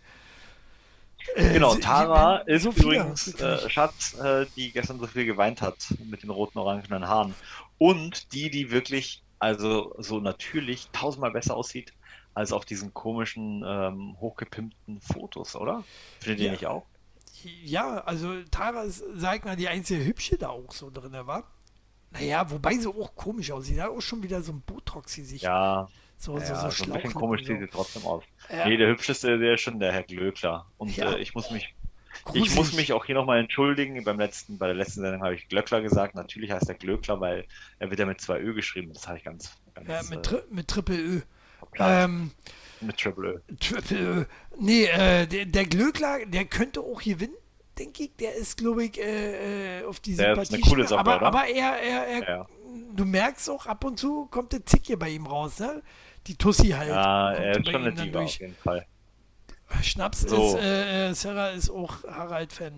äh, Genau, so- Tara so ist viele übrigens rückfällig. äh, Schatz, äh, die gestern so viel geweint hat mit den roten, orangenen Haaren. Und die, die wirklich, also so natürlich tausendmal besser aussieht als auf diesen komischen, ähm, hochgepimpten Fotos, oder? Findet ihr Ja. nicht auch? Ja, also Tara ist, sag mal, die einzige Hübsche da auch so drin war. Naja, wobei sie auch komisch aussieht. Hat auch schon wieder so ein Botox-Gesicht. Ja, So, so, ja, so so ein bisschen Schlauchlippen komisch und sieht so. sie trotzdem aus. Ja. Nee, der hübscheste, der ist schon der Herr Glöckler. Und Ja. äh, ich muss mich, ich Gruselig. muss mich auch hier nochmal entschuldigen. Beim letzten, bei der letzten Sendung habe ich Glöckler gesagt. Natürlich heißt er Glöckler, weil er wird ja mit zwei Ö geschrieben. Das habe ich ganz, ganz Ja, mit, äh, Tri mit Triple Ö. verplant. Ähm, Mit Triple Ö. Triple Ö. Nee, äh, der, der Glöckler, der könnte auch gewinnen, denke ich. Der ist, glaube ich, äh, äh, auf die Der ist eine Sympathie. coole Socke, aber, oder? aber er, er, er, Ja. du merkst auch, ab und zu kommt der Zicke bei ihm raus, ne? Die Tussi halt. Ja, kommt er ist bei schon ihm eine dann Diva auf durch. jeden Fall. Schnaps So. ist, äh, äh, Sarah ist auch Harald-Fan.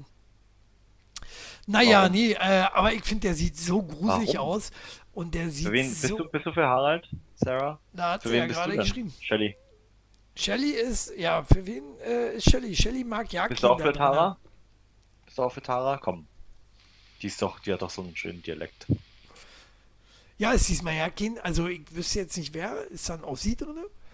Naja, Warum? nee, äh, aber ich finde, der sieht so gruselig Warum? aus. Und der Für sieht wen bist so. du, bist du für Harald, Sarah? Da hat Für sie ja wen bist du gerade denn? geschrieben. Shelly. Shelly ist, ja, für wen äh, ist Shelly? Shelly mag Jagd. Bist du auch für Tara? Bist du auch für Tara? Komm. Die ist doch, die hat doch so einen schönen Dialekt. Ja, ist diesmal Jagd. Also ich wüsste jetzt nicht, wer ist dann auch sie drin.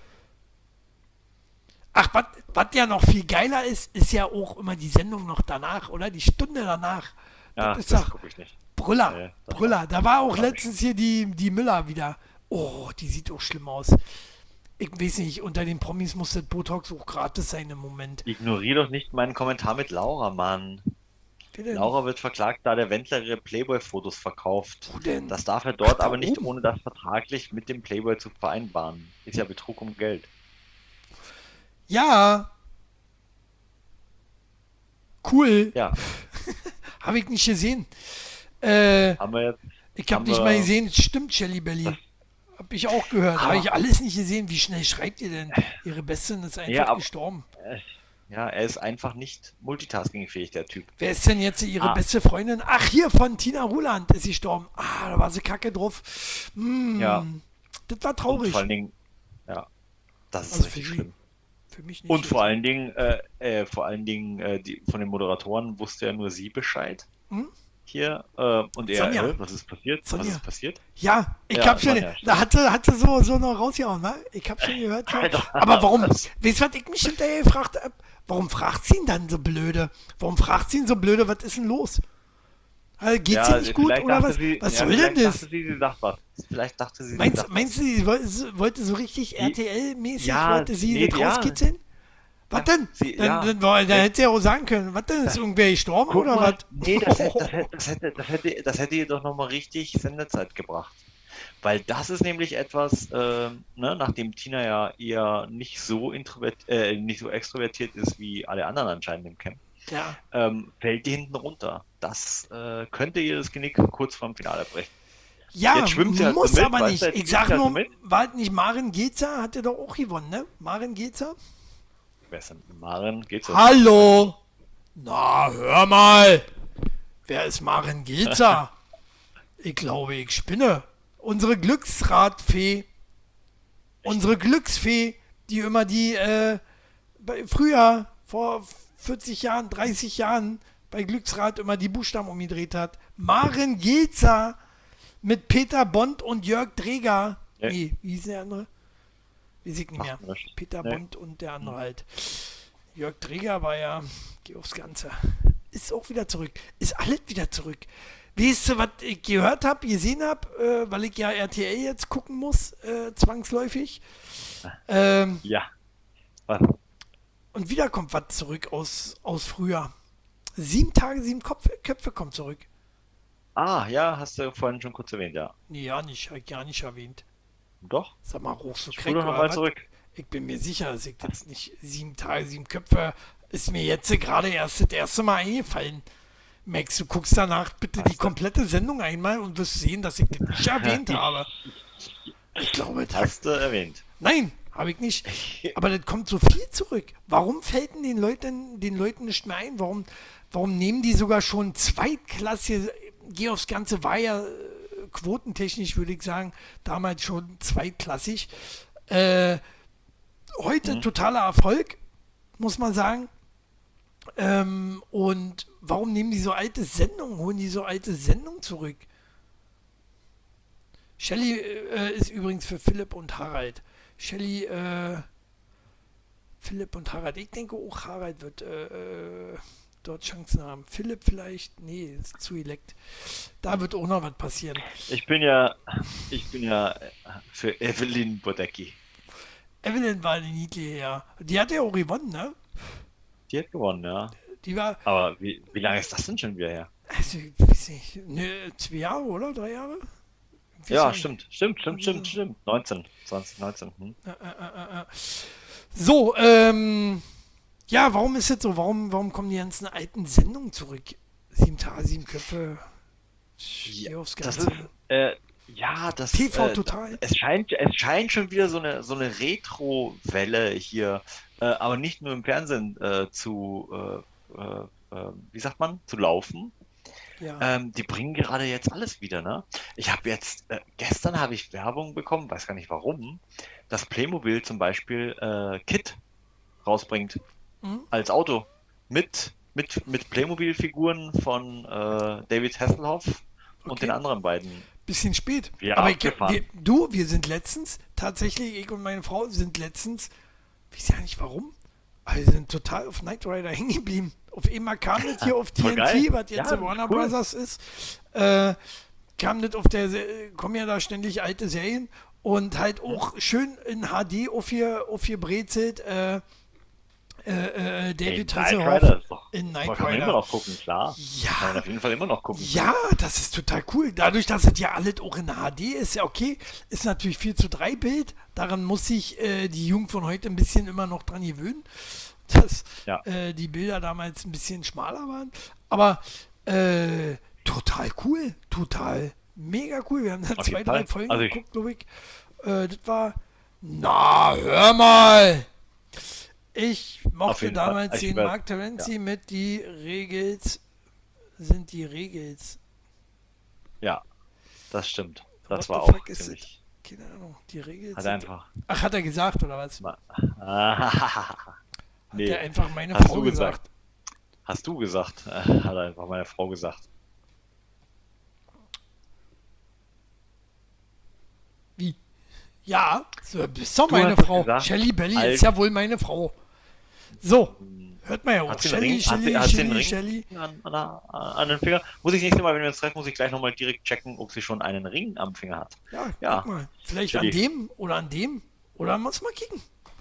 Ach, was ja noch viel geiler ist, ist ja auch immer die Sendung noch danach, oder? Die Stunde danach. Ja, das ist das doch gucke ich nicht. Brüller. Nee, das Brüller. Da war auch glaub ich. letztens hier die, die Müller wieder. Oh, die sieht auch schlimm aus. Ich weiß nicht, unter den Promis muss das Botox auch gratis sein im Moment. Ignorier doch nicht meinen Kommentar mit Laura, Mann. Wer denn? Laura wird verklagt, da der Wendler ihre Playboy-Fotos verkauft. Wo denn? Das darf er dort Ach, da aber nicht, oben. ohne das vertraglich mit dem Playboy zu vereinbaren. Ist ja Betrug um Geld. Ja. Cool. Ja, Habe ich nicht gesehen. Äh, haben wir jetzt. ich habe haben nicht wir- mal gesehen, stimmt, Shelly Belly. Das- Habe ich auch gehört. Ah. Habe ich alles nicht gesehen. Wie schnell schreibt ihr denn? Ihre Bestin ist einfach Ja, aber- gestorben. Äh, Ja, er ist einfach nicht multitaskingfähig, der Typ. Wer ist denn jetzt ihre Ah. beste Freundin? Ach, hier von Tina Ruland ist sie gestorben. Ah, da war sie kacke drauf. Hm, Ja. Das war Und traurig. vor allen Dingen, ja, das ist Also richtig für sie. schlimm. Für mich nicht. Und jetzt. vor allen Dingen, äh, äh, vor allen Dingen, äh, die, von den Moderatoren wusste ja nur sie Bescheid. Hm? Hier, äh, und er, Sonja. äh, was ist passiert? Sonja. Was ist passiert? Ja, ich Ja, hab schon, Sonja, da hatte, hatte so, so noch rausgehauen, ne? Ich hab schon gehört. Ja. Alter, Aber warum, was? weißt du, was ich mich hinterher gefragt hab? Warum fragt sie ihn dann so blöde? Warum fragt sie ihn so blöde, was ist denn los? Also, geht's ihr nicht gut vielleicht oder dachte was? Sie, was ja, soll denn vielleicht das? dachte sie, sie sagt was. Vielleicht dachte sie, sie Meinst, sagt meinst du, sie wollte, wollte so richtig R T L-mäßig, Ja, wollte sie nee, das ja. rauskitzeln? Was Ja, denn? sie- dann, ja. dann, dann, dann hätte sie ja auch sagen können, was denn, ist irgendwer gestorben Guck oder mal, was? nee, das, hätte- das, hätte- das, hätte, das, hätte, das hätte ihr doch nochmal richtig Sendezeit gebracht. Weil das ist nämlich etwas, ähm, ne, nachdem Tina ja eher nicht so introvert, äh, nicht so extrovertiert ist wie alle anderen anscheinend im Camp, Ja. ähm, fällt die hinten runter. Das äh, könnte ihr das Genick kurz vorm Finale brechen. Ja, Jetzt schwimmt sie halt so muss mit, aber weißt nicht. du, jetzt Ich schwimmt sag sie halt so nur, mit. war es nicht Maren Gezer? Hat er doch auch gewonnen, ne? Maren Gezer? Wer ist denn Maren? Geht's so? Hallo? Na, hör mal. Wer ist Maren Gezer? Ich glaube, ich spinne. Unsere Glücksradfee. Unsere Glücksfee, die immer die, äh, bei, früher, vor vierzig Jahren, dreißig Jahren bei Glücksrad immer die Buchstaben umgedreht hat. Maren Gilzer mit Peter Bond und Jörg Dreger. Ja. Nee, wie hieß der andere? Weiß ich nicht mehr. Ach, nicht. Peter Nee. Bond und der andere halt. Jörg Dreger war ja, geh aufs Ganze. Ist auch wieder zurück. Ist alles wieder zurück. Weißt du, was ich gehört habe, gesehen habe, äh, weil ich ja R T L jetzt gucken muss, äh, zwangsläufig. Ähm, Ja. Was? und wieder kommt was zurück aus, aus früher. Sieben Tage, sieben Kopf, Köpfe kommt zurück. Ah, ja, hast du vorhin schon kurz erwähnt, ja. Nee, ja nicht, hab ich gar nicht erwähnt. Doch, Sag mal, hoch so spul doch nochmal zurück. Ich bin mir sicher, dass ich das nicht sieben Tage, sieben Köpfe, ist mir jetzt gerade erst das erste Mal eingefallen. Max, du guckst danach bitte die komplette Sendung einmal und wirst sehen, dass ich das nicht erwähnt habe. Ich glaube, das Hast du erwähnt. Nein, habe ich nicht. Aber das kommt so viel zurück. Warum fällt denn den Leuten, den Leuten nicht mehr ein? Warum, warum nehmen die sogar schon Zweitklasse? Geh aufs Ganze, war ja äh, quotentechnisch, würde ich sagen, damals schon zweitklassig. Äh, heute Mhm. totaler Erfolg, muss man sagen. Ähm, und warum nehmen die so alte Sendungen, holen die so alte Sendungen zurück? Shelly äh, ist übrigens für Philipp und Harald. Shelly, äh, Philipp und Harald. Ich denke auch, Harald wird äh, äh, dort Chancen haben. Philipp vielleicht, nee, ist zu elekt. Da wird auch noch was passieren. Ich bin ja, ich bin ja für Evelyn Bodecki. Evelyn war eine niedliche, ja. Die hat ja auch gewonnen, ne? Die hat gewonnen, ja. Die war, Aber wie, wie lange ist das denn schon wieder her? also, ich weiß nicht, ne, zwei Jahre, oder? Drei Jahre? Ich weiß Ja, nicht. stimmt, stimmt, stimmt, stimmt, stimmt. neunzehn, zwanzig neunzehn. Hm. So, ähm, ja, warum ist das so? Warum, warum kommen die ganzen alten Sendungen zurück? Sieben Tage, sieben Köpfe. Geh aufs Das Ganze. ist, äh, ja, das T V äh, Total. Es scheint, es scheint schon wieder so eine, so eine Retro-Welle hier, äh, aber nicht nur im Fernsehen äh, zu, äh, äh, äh, wie sagt man, zu laufen. Ja. Ähm, die bringen gerade jetzt alles wieder, ne? Ich habe jetzt, äh, gestern habe ich Werbung bekommen, weiß gar nicht warum, dass Playmobil zum Beispiel äh, Kit rausbringt Mhm. als Auto mit, mit, mit Playmobil-Figuren von äh, David Hasselhoff und Okay. den anderen beiden. Bisschen spät. Ja, Aber ich, abgefahren. wir, du, wir sind letztens, tatsächlich, ich und meine Frau sind letztens, ich weiß ja nicht warum, aber wir sind total auf Knight Rider hängen geblieben. Auf einmal kam das hier auf Voll T N geil. T, was jetzt Ja, Warner cool. Brothers ist, äh, kam das auf der, Se- kommen ja da ständig alte Serien und halt auch schön in H D aufge- aufgebrezelt, äh, äh, äh, Ey, David Knight Hasselhoff Rider ist doch, in Knight kann man immer Rider. noch gucken, klar. Ja. Kann man auf jeden Fall immer noch gucken. Ja, das ist total cool. Dadurch, dass es ja alles auch in H D ist, ja okay, ist natürlich vier zu drei Bild. Daran muss sich äh, die Jugend von heute ein bisschen immer noch dran gewöhnen, dass Ja. äh, die Bilder damals ein bisschen schmaler waren. Aber äh, total cool, total mega cool. Wir haben da Auf zwei, jeden drei Fall. Folgen Also ich- geguckt, glaube ich. Äh, das war, na, hör mal. Ich mochte jeden Fall. damals Ich den werd- Mark Terenzi mit die Regels sind die Regels. Ja, das stimmt. Das What war the auch fuck is ziemlich. Keine Ahnung, die Regels Hat sind... einfach. Ach, hat er gesagt, oder was? Ma- Hat nee, er einfach meine hast Frau du gesagt. gesagt. Hast du gesagt? Hat einfach meine Frau gesagt. Wie? Ja, so, bist doch Du meine hast es Frau. gesagt. Shelly Belly Alt- ist ja wohl meine Frau. So, hört man ja auch. Hat sie Shelly, einen Ring, hat Shelly, sie, hat sie einen Shelly, Ring Shelly. an, an, der- an den Finger? Muss ich nächstes Mal, wenn wir uns treffen, muss ich gleich nochmal direkt checken, ob sie schon einen Ring am Finger hat. Ja, Ja. guck mal. Vielleicht Shelly. an dem oder an dem. Oder muss mal kicken.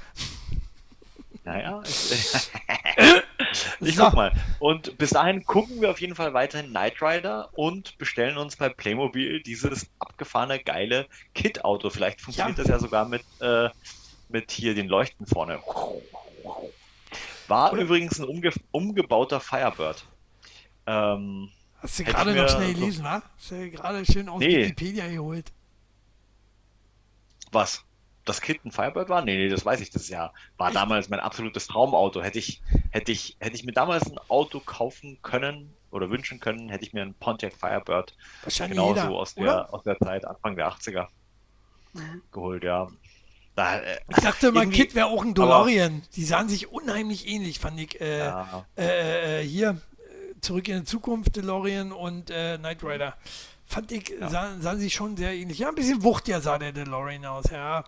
Naja, ich, ich So. guck mal. Und bis dahin gucken wir auf jeden Fall weiterhin Knight Rider und bestellen uns bei Playmobil dieses abgefahrene, geile Kit-Auto. Vielleicht funktioniert Ja. das ja sogar mit, äh, mit hier den Leuchten vorne. War Oder- übrigens ein umge umgebauter Firebird. Ähm, Hast du Hätte gerade ich noch mir schnell so- gelesen, wa? Hast du gerade schön aus Nee. Wikipedia geholt. was? Das Kit ein Firebird war? Nee, nee, das weiß ich. Das ja, war damals mein absolutes Traumauto. Hätte ich, hätte ich, hätte ich mir damals ein Auto kaufen können oder wünschen können, hätte ich mir einen Pontiac Firebird Wahrscheinlich genauso jeder, aus oder? der, aus der Zeit, Anfang der achtziger, geholt, ja. Da, äh, Ich dachte immer, irgendwie- Kid wäre auch ein DeLorean. Die sahen sich unheimlich ähnlich, fand ich. Äh, Ja. äh, äh, hier, äh, Zurück in die Zukunft, DeLorean und äh, Knight Rider. Fand ich, Ja. sahen, sahen sich schon sehr ähnlich. Ja, ein bisschen wuchtiger sah der DeLorean aus, ja.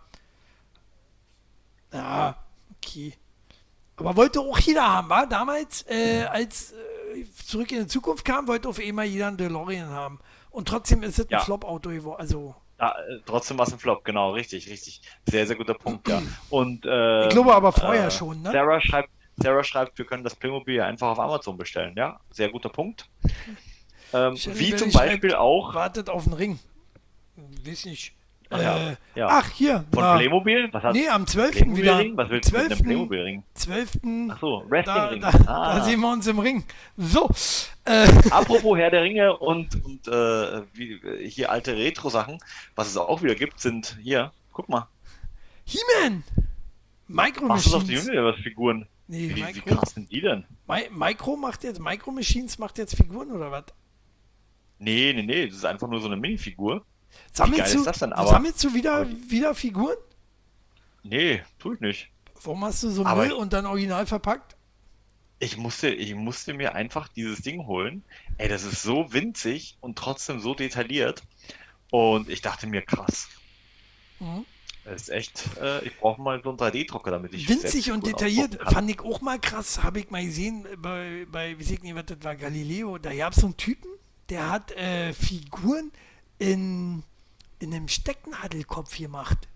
Ja, okay. Aber wollte auch jeder haben, war? Damals, äh, als äh, Zurück in die Zukunft kam, wollte auf einmal jeder einen DeLorean haben. Und trotzdem ist es ein Ja. Flop-Auto geworden. Also, Ja, äh, trotzdem war es ein Flop, genau, richtig, richtig. Sehr, sehr guter Punkt, ja. Und, äh, ich glaube aber vorher äh, schon, ne? Sarah schreibt, Sarah schreibt, wir können das Playmobil ja einfach auf Amazon bestellen, ja. Sehr guter Punkt. Ähm, Shelly wie Belly zum Beispiel schreibt, auch Wartet auf den Ring. Weiß nicht. Ach ja, äh, ja. Ach, hier. von na, Playmobil. Was hat Nee, am zwölften wieder. Playmobil-Ring? Was willst du mit einem Playmobil-Ring? zwölften Ach so, Da, Wrestling-Ring. da, Ah. da sehen wir uns im Ring. So. Äh, Apropos Herr der Ringe und, und äh, wie, hier alte Retro-Sachen, was es auch wieder gibt, sind hier, guck mal, He-Man. Micro Masters of the Machines. Universe-Figuren. Nee, Wie, wie Micro, krass sind die denn? Mi Micro macht jetzt, Micro Machines macht jetzt Figuren oder was? Nee, nee, nee, das ist einfach nur so eine Minifigur. geil Sammelst ist du, das denn? Aber- sammelst du wieder, aber die- wieder Figuren? Nee, tu ich nicht. Warum hast du so Aber Müll ich- und dann original verpackt? Ich musste, ich musste mir einfach dieses Ding holen. Ey, das ist so winzig und trotzdem so detailliert. Und ich dachte mir, krass. Mhm. Das ist echt, äh, ich brauche mal so einen drei D-Drucker, damit ich Winzig selbst und Figuren detailliert, ausdrucken kann. fand ich auch mal krass, habe ich mal gesehen bei, bei wie ich nicht, was das war, Galileo, da gab es so einen Typen, der hat äh, Figuren in, in einem Stecknadelkopf gemacht.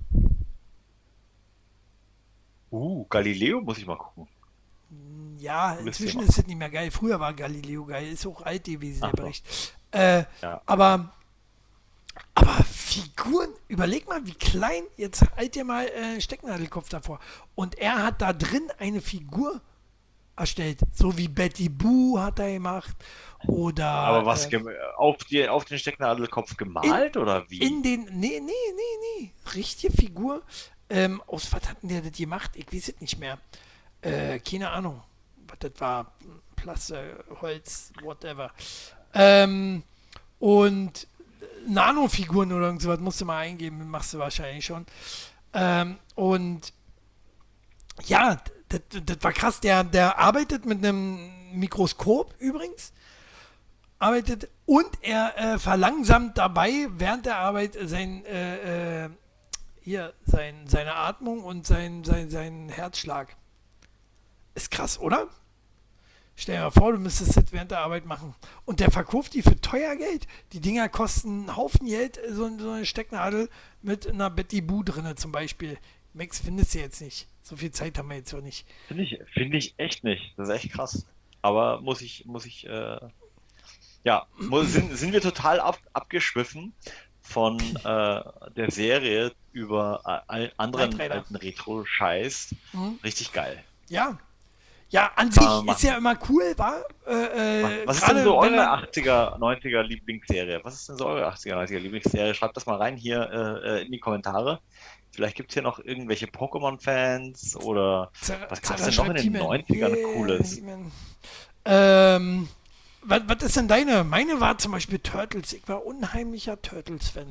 Uh, Galileo muss ich mal gucken. Ja, Müsst ihr inzwischen mal ist es nicht mehr geil. Früher war Galileo geil, ist auch alt gewesen, der Ach so. Bericht. Äh, Ja. aber, aber Figuren, überleg mal, wie klein, jetzt halt dir mal äh, Stecknadelkopf davor. Und er hat da drin eine Figur erstellt, so wie Betty Boo hat er gemacht. Oder Aber was, äh, gem- auf, die, auf den Stecknadelkopf gemalt oder wie? in den, nee, nee, nee, nee, richtige Figur. Ähm, aus was hat denn der das gemacht? Ich weiß es nicht mehr. Äh, keine Ahnung, was das war. Plasse, Holz, whatever. Ähm, und Nanofiguren oder irgend sowas musst du mal eingeben, machst du wahrscheinlich schon. Ähm, und ja, das, das war krass. Der, der arbeitet mit einem Mikroskop übrigens. Arbeitet und er äh, verlangsamt dabei während der Arbeit sein, äh, äh, hier, sein, seine Atmung und sein, sein, sein Herzschlag. Ist krass, oder? Stell dir mal vor, du müsstest das während der Arbeit machen. Und der verkauft die für teuer Geld. Die Dinger kosten einen Haufen Geld, so, so eine Stecknadel mit einer Betty Boo drinne zum Beispiel. Max findest du jetzt nicht. So viel Zeit haben wir jetzt auch nicht. Finde ich, finde ich echt nicht. Das ist echt krass. Aber muss ich, muss ich, äh, ja, mu- sind, sind wir total ab, abgeschwiffen von äh, der Serie über äh, all- anderen Knight Rider. alten Retro-Scheiß. Mhm. Richtig geil. Ja. Ja, an sich Kann man ist ja immer cool, war. Äh, äh, Was ist gerade denn so wenn eure man- achtziger, neunziger Lieblingsserie? Was ist denn so eure achtziger, neunziger Lieblingsserie? Schreibt das mal rein hier äh, äh, in die Kommentare. Vielleicht gibt es hier noch irgendwelche Pokémon-Fans oder Zer- was gab's Zara denn noch in schreibt den He-Man. neunzigern Yeah, Cooles? He-Man. Ähm, was, was ist denn deine? Meine war zum Beispiel Turtles. Ich war unheimlicher Turtles-Fan.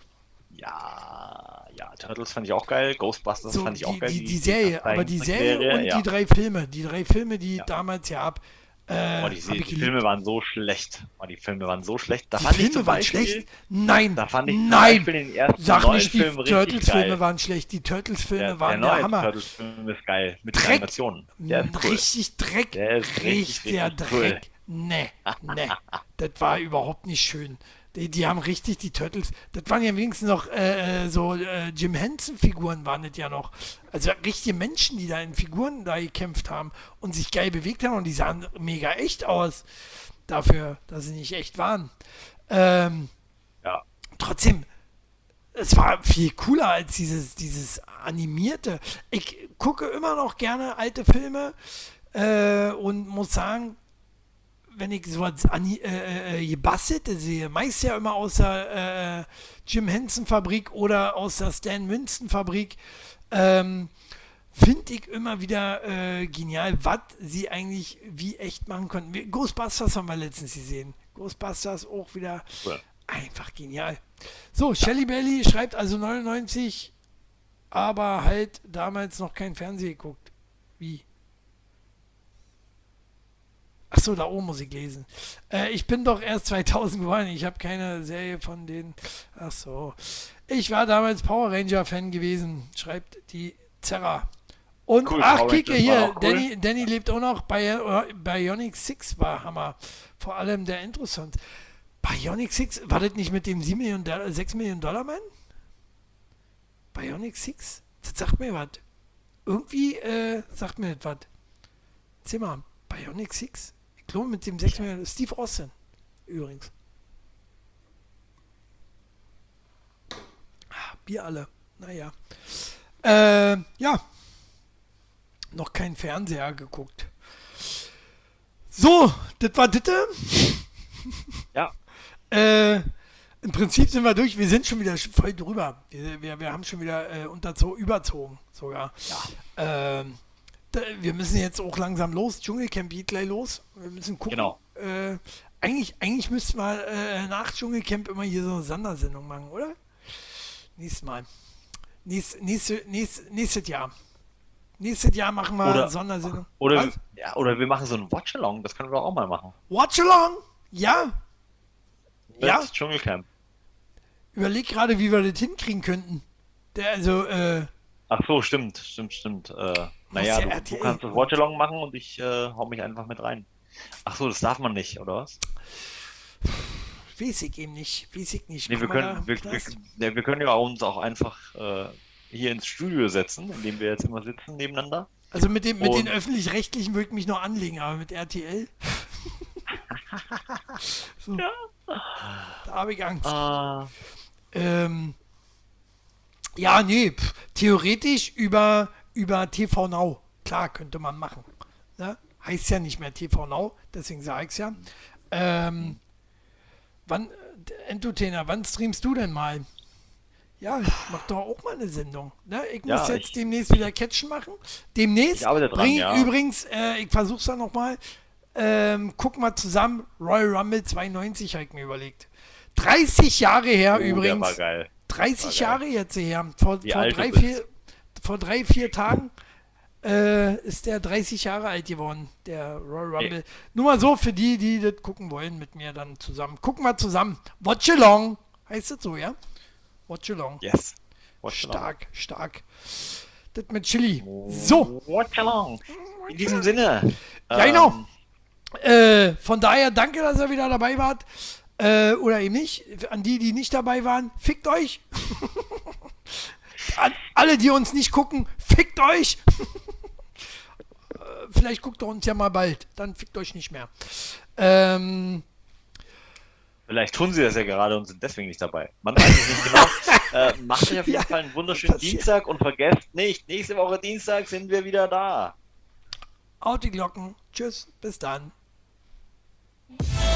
Ja, ja, Turtles fand ich auch geil. Ghostbusters So, fand ich auch die, geil. die, die Serie, aber die Serie Zeichentrickserie, und ja. die drei Filme. Die drei Filme, die Ja. damals ja ab. Äh, Oh, die, hab Se- ich die geliebt. Filme waren so schlecht. Oh, die Filme waren so schlecht. Da Die fand ich Filme zum waren Beispiel, schlecht. Nein, Da fand ich zum nein. Beispiel den ersten Sag neuen nicht, die Film richtig Turtles-Filme geil. waren schlecht. Die Turtles-Filme Der, der waren der neue Hammer. Turtles-Film ist geil. Mit den Dreck. Animationen. Der ist cool. Richtig Dreck. Der ist richtig, Richtiger richtig cool. Dreck. Nee, nee. Das war überhaupt nicht schön. Die, die haben richtig die Turtles. Das waren ja wenigstens noch äh, äh, so äh, Jim Henson-Figuren waren das ja noch. Also richtige Menschen, die da in Figuren da gekämpft haben und sich geil bewegt haben und die sahen mega echt aus. Dafür, dass sie nicht echt waren. Ähm, Ja. trotzdem, es war viel cooler als dieses, dieses animierte. Ich gucke immer noch gerne alte Filme äh, und muss sagen, wenn ich so was ani- äh, äh, gebastelte sehe, meist ja immer aus der äh, Jim Henson Fabrik oder aus der Stan Winston Fabrik, ähm, finde ich immer wieder äh, genial, was sie eigentlich wie echt machen konnten. Wir- Ghostbusters haben wir letztens gesehen. Ghostbusters auch wieder Cool. einfach genial. So, Shelly Belly schreibt also neunundneunzig aber halt damals noch kein Fernsehen geguckt. Wie? Achso, da oben muss ich lesen. Äh, ich bin doch erst zweitausend geboren. Ich habe keine Serie von denen. Achso. Ich war damals Power Ranger-Fan gewesen, schreibt die Zerra. Und Cool, ach, Power kicke Rangers war hier, auch cool. Danny, Danny lebt auch noch. Bi äh, Bionic Six war Hammer. Vor allem der interessant. Bionic Six, war das nicht mit dem sieben Millionen Dollar, sechs Millionen Dollar Mann? Bionic Six? Das sagt mir was. Irgendwie äh, sagt mir das was. Erzähl mal, Bionic Six? Ich glaube mit dem sechs Millionen, Steve Austin übrigens. Ah, Bier alle. Naja. Äh, ja. Noch kein Fernseher geguckt. So, das war Ditte. Ja, Äh, im Prinzip sind wir durch. Wir sind schon wieder voll drüber. Wir, wir, wir haben schon wieder äh, unterzo überzogen sogar. Ja. Ähm, da, wir müssen jetzt auch langsam los. Dschungelcamp geht gleich los. Wir müssen gucken. Genau. Äh, eigentlich, eigentlich müssten wir äh, nach Dschungelcamp immer hier so eine Sondersendung machen, oder? Nächstes Mal. Nächst, nächste, nächst, nächstes Jahr. Nächstes Jahr machen wir Oder- eine Sondersendung. oder, Was? ja, oder wir machen so ein Watch-Along, das können wir doch auch mal machen. Watch along? Ja. Mit Ja. Dschungelcamp. Überleg gerade, wie wir das hinkriegen könnten. Der, also, äh, Ach so, stimmt, stimmt, stimmt. Äh, naja, ja du, R T L. du kannst das Watch-Along machen und ich äh, hau mich einfach mit rein. Ach so, das darf man nicht, oder was? weiß ich eben nicht. Weiß ich nicht. Nee, wir Guck mal können, da, wir, wir, Knast. ja, wir können ja uns auch einfach äh, hier ins Studio setzen, in dem wir jetzt immer sitzen nebeneinander. Also mit, dem, mit den und- Öffentlich-Rechtlichen würde ich mich noch anlegen, aber mit R T L? so. Da habe ich Angst. Ah, Ähm, ja, nee, pff, theoretisch über, über T V Now. Klar, könnte man machen. Ne? Heißt ja nicht mehr T V Now, deswegen sage ich es ja. Ähm, wann, äh, Entertainer, wann streamst du denn mal? Ja, mach doch auch mal eine Sendung. Ne? Ich muss Ja, jetzt ich- demnächst wieder Catchen machen. Demnächst Ich arbeite dran, bring ich ja. übrigens, äh, ich versuch's dann nochmal, ähm, guck mal zusammen, Royal Rumble zweiundneunzig habe ich mir überlegt. dreißig Jahre her oh, der übrigens. war geil. dreißig War Jahre jetzt her. Vor, Wie vor, alt du drei, bist. vier, vor drei, vier Tagen äh, ist der dreißig Jahre alt geworden, der Royal Rumble. Nur mal so für die, die das gucken wollen mit mir dann zusammen. Gucken wir zusammen. Watch along. Heißt das so, ja? Watch along. Yes. Watch Along. Stark, stark. Das mit Chili. So, Watch Along. In diesem Sinne. Ja, genau. ähm, äh, von daher danke, dass ihr wieder dabei wart. Äh, oder eben nicht. An die, die nicht dabei waren, fickt euch. An alle, die uns nicht gucken, fickt euch. äh, vielleicht guckt ihr uns ja mal bald. Dann fickt euch nicht mehr. Ähm, Vielleicht tun sie das ja gerade und sind deswegen nicht dabei. Man weiß es nicht genau. äh, macht euch auf jeden Ja, Fall einen wunderschönen passiert. Dienstag und vergesst nicht, nächste Woche Dienstag sind wir wieder da. Out die Glocken. Tschüss. Bis dann.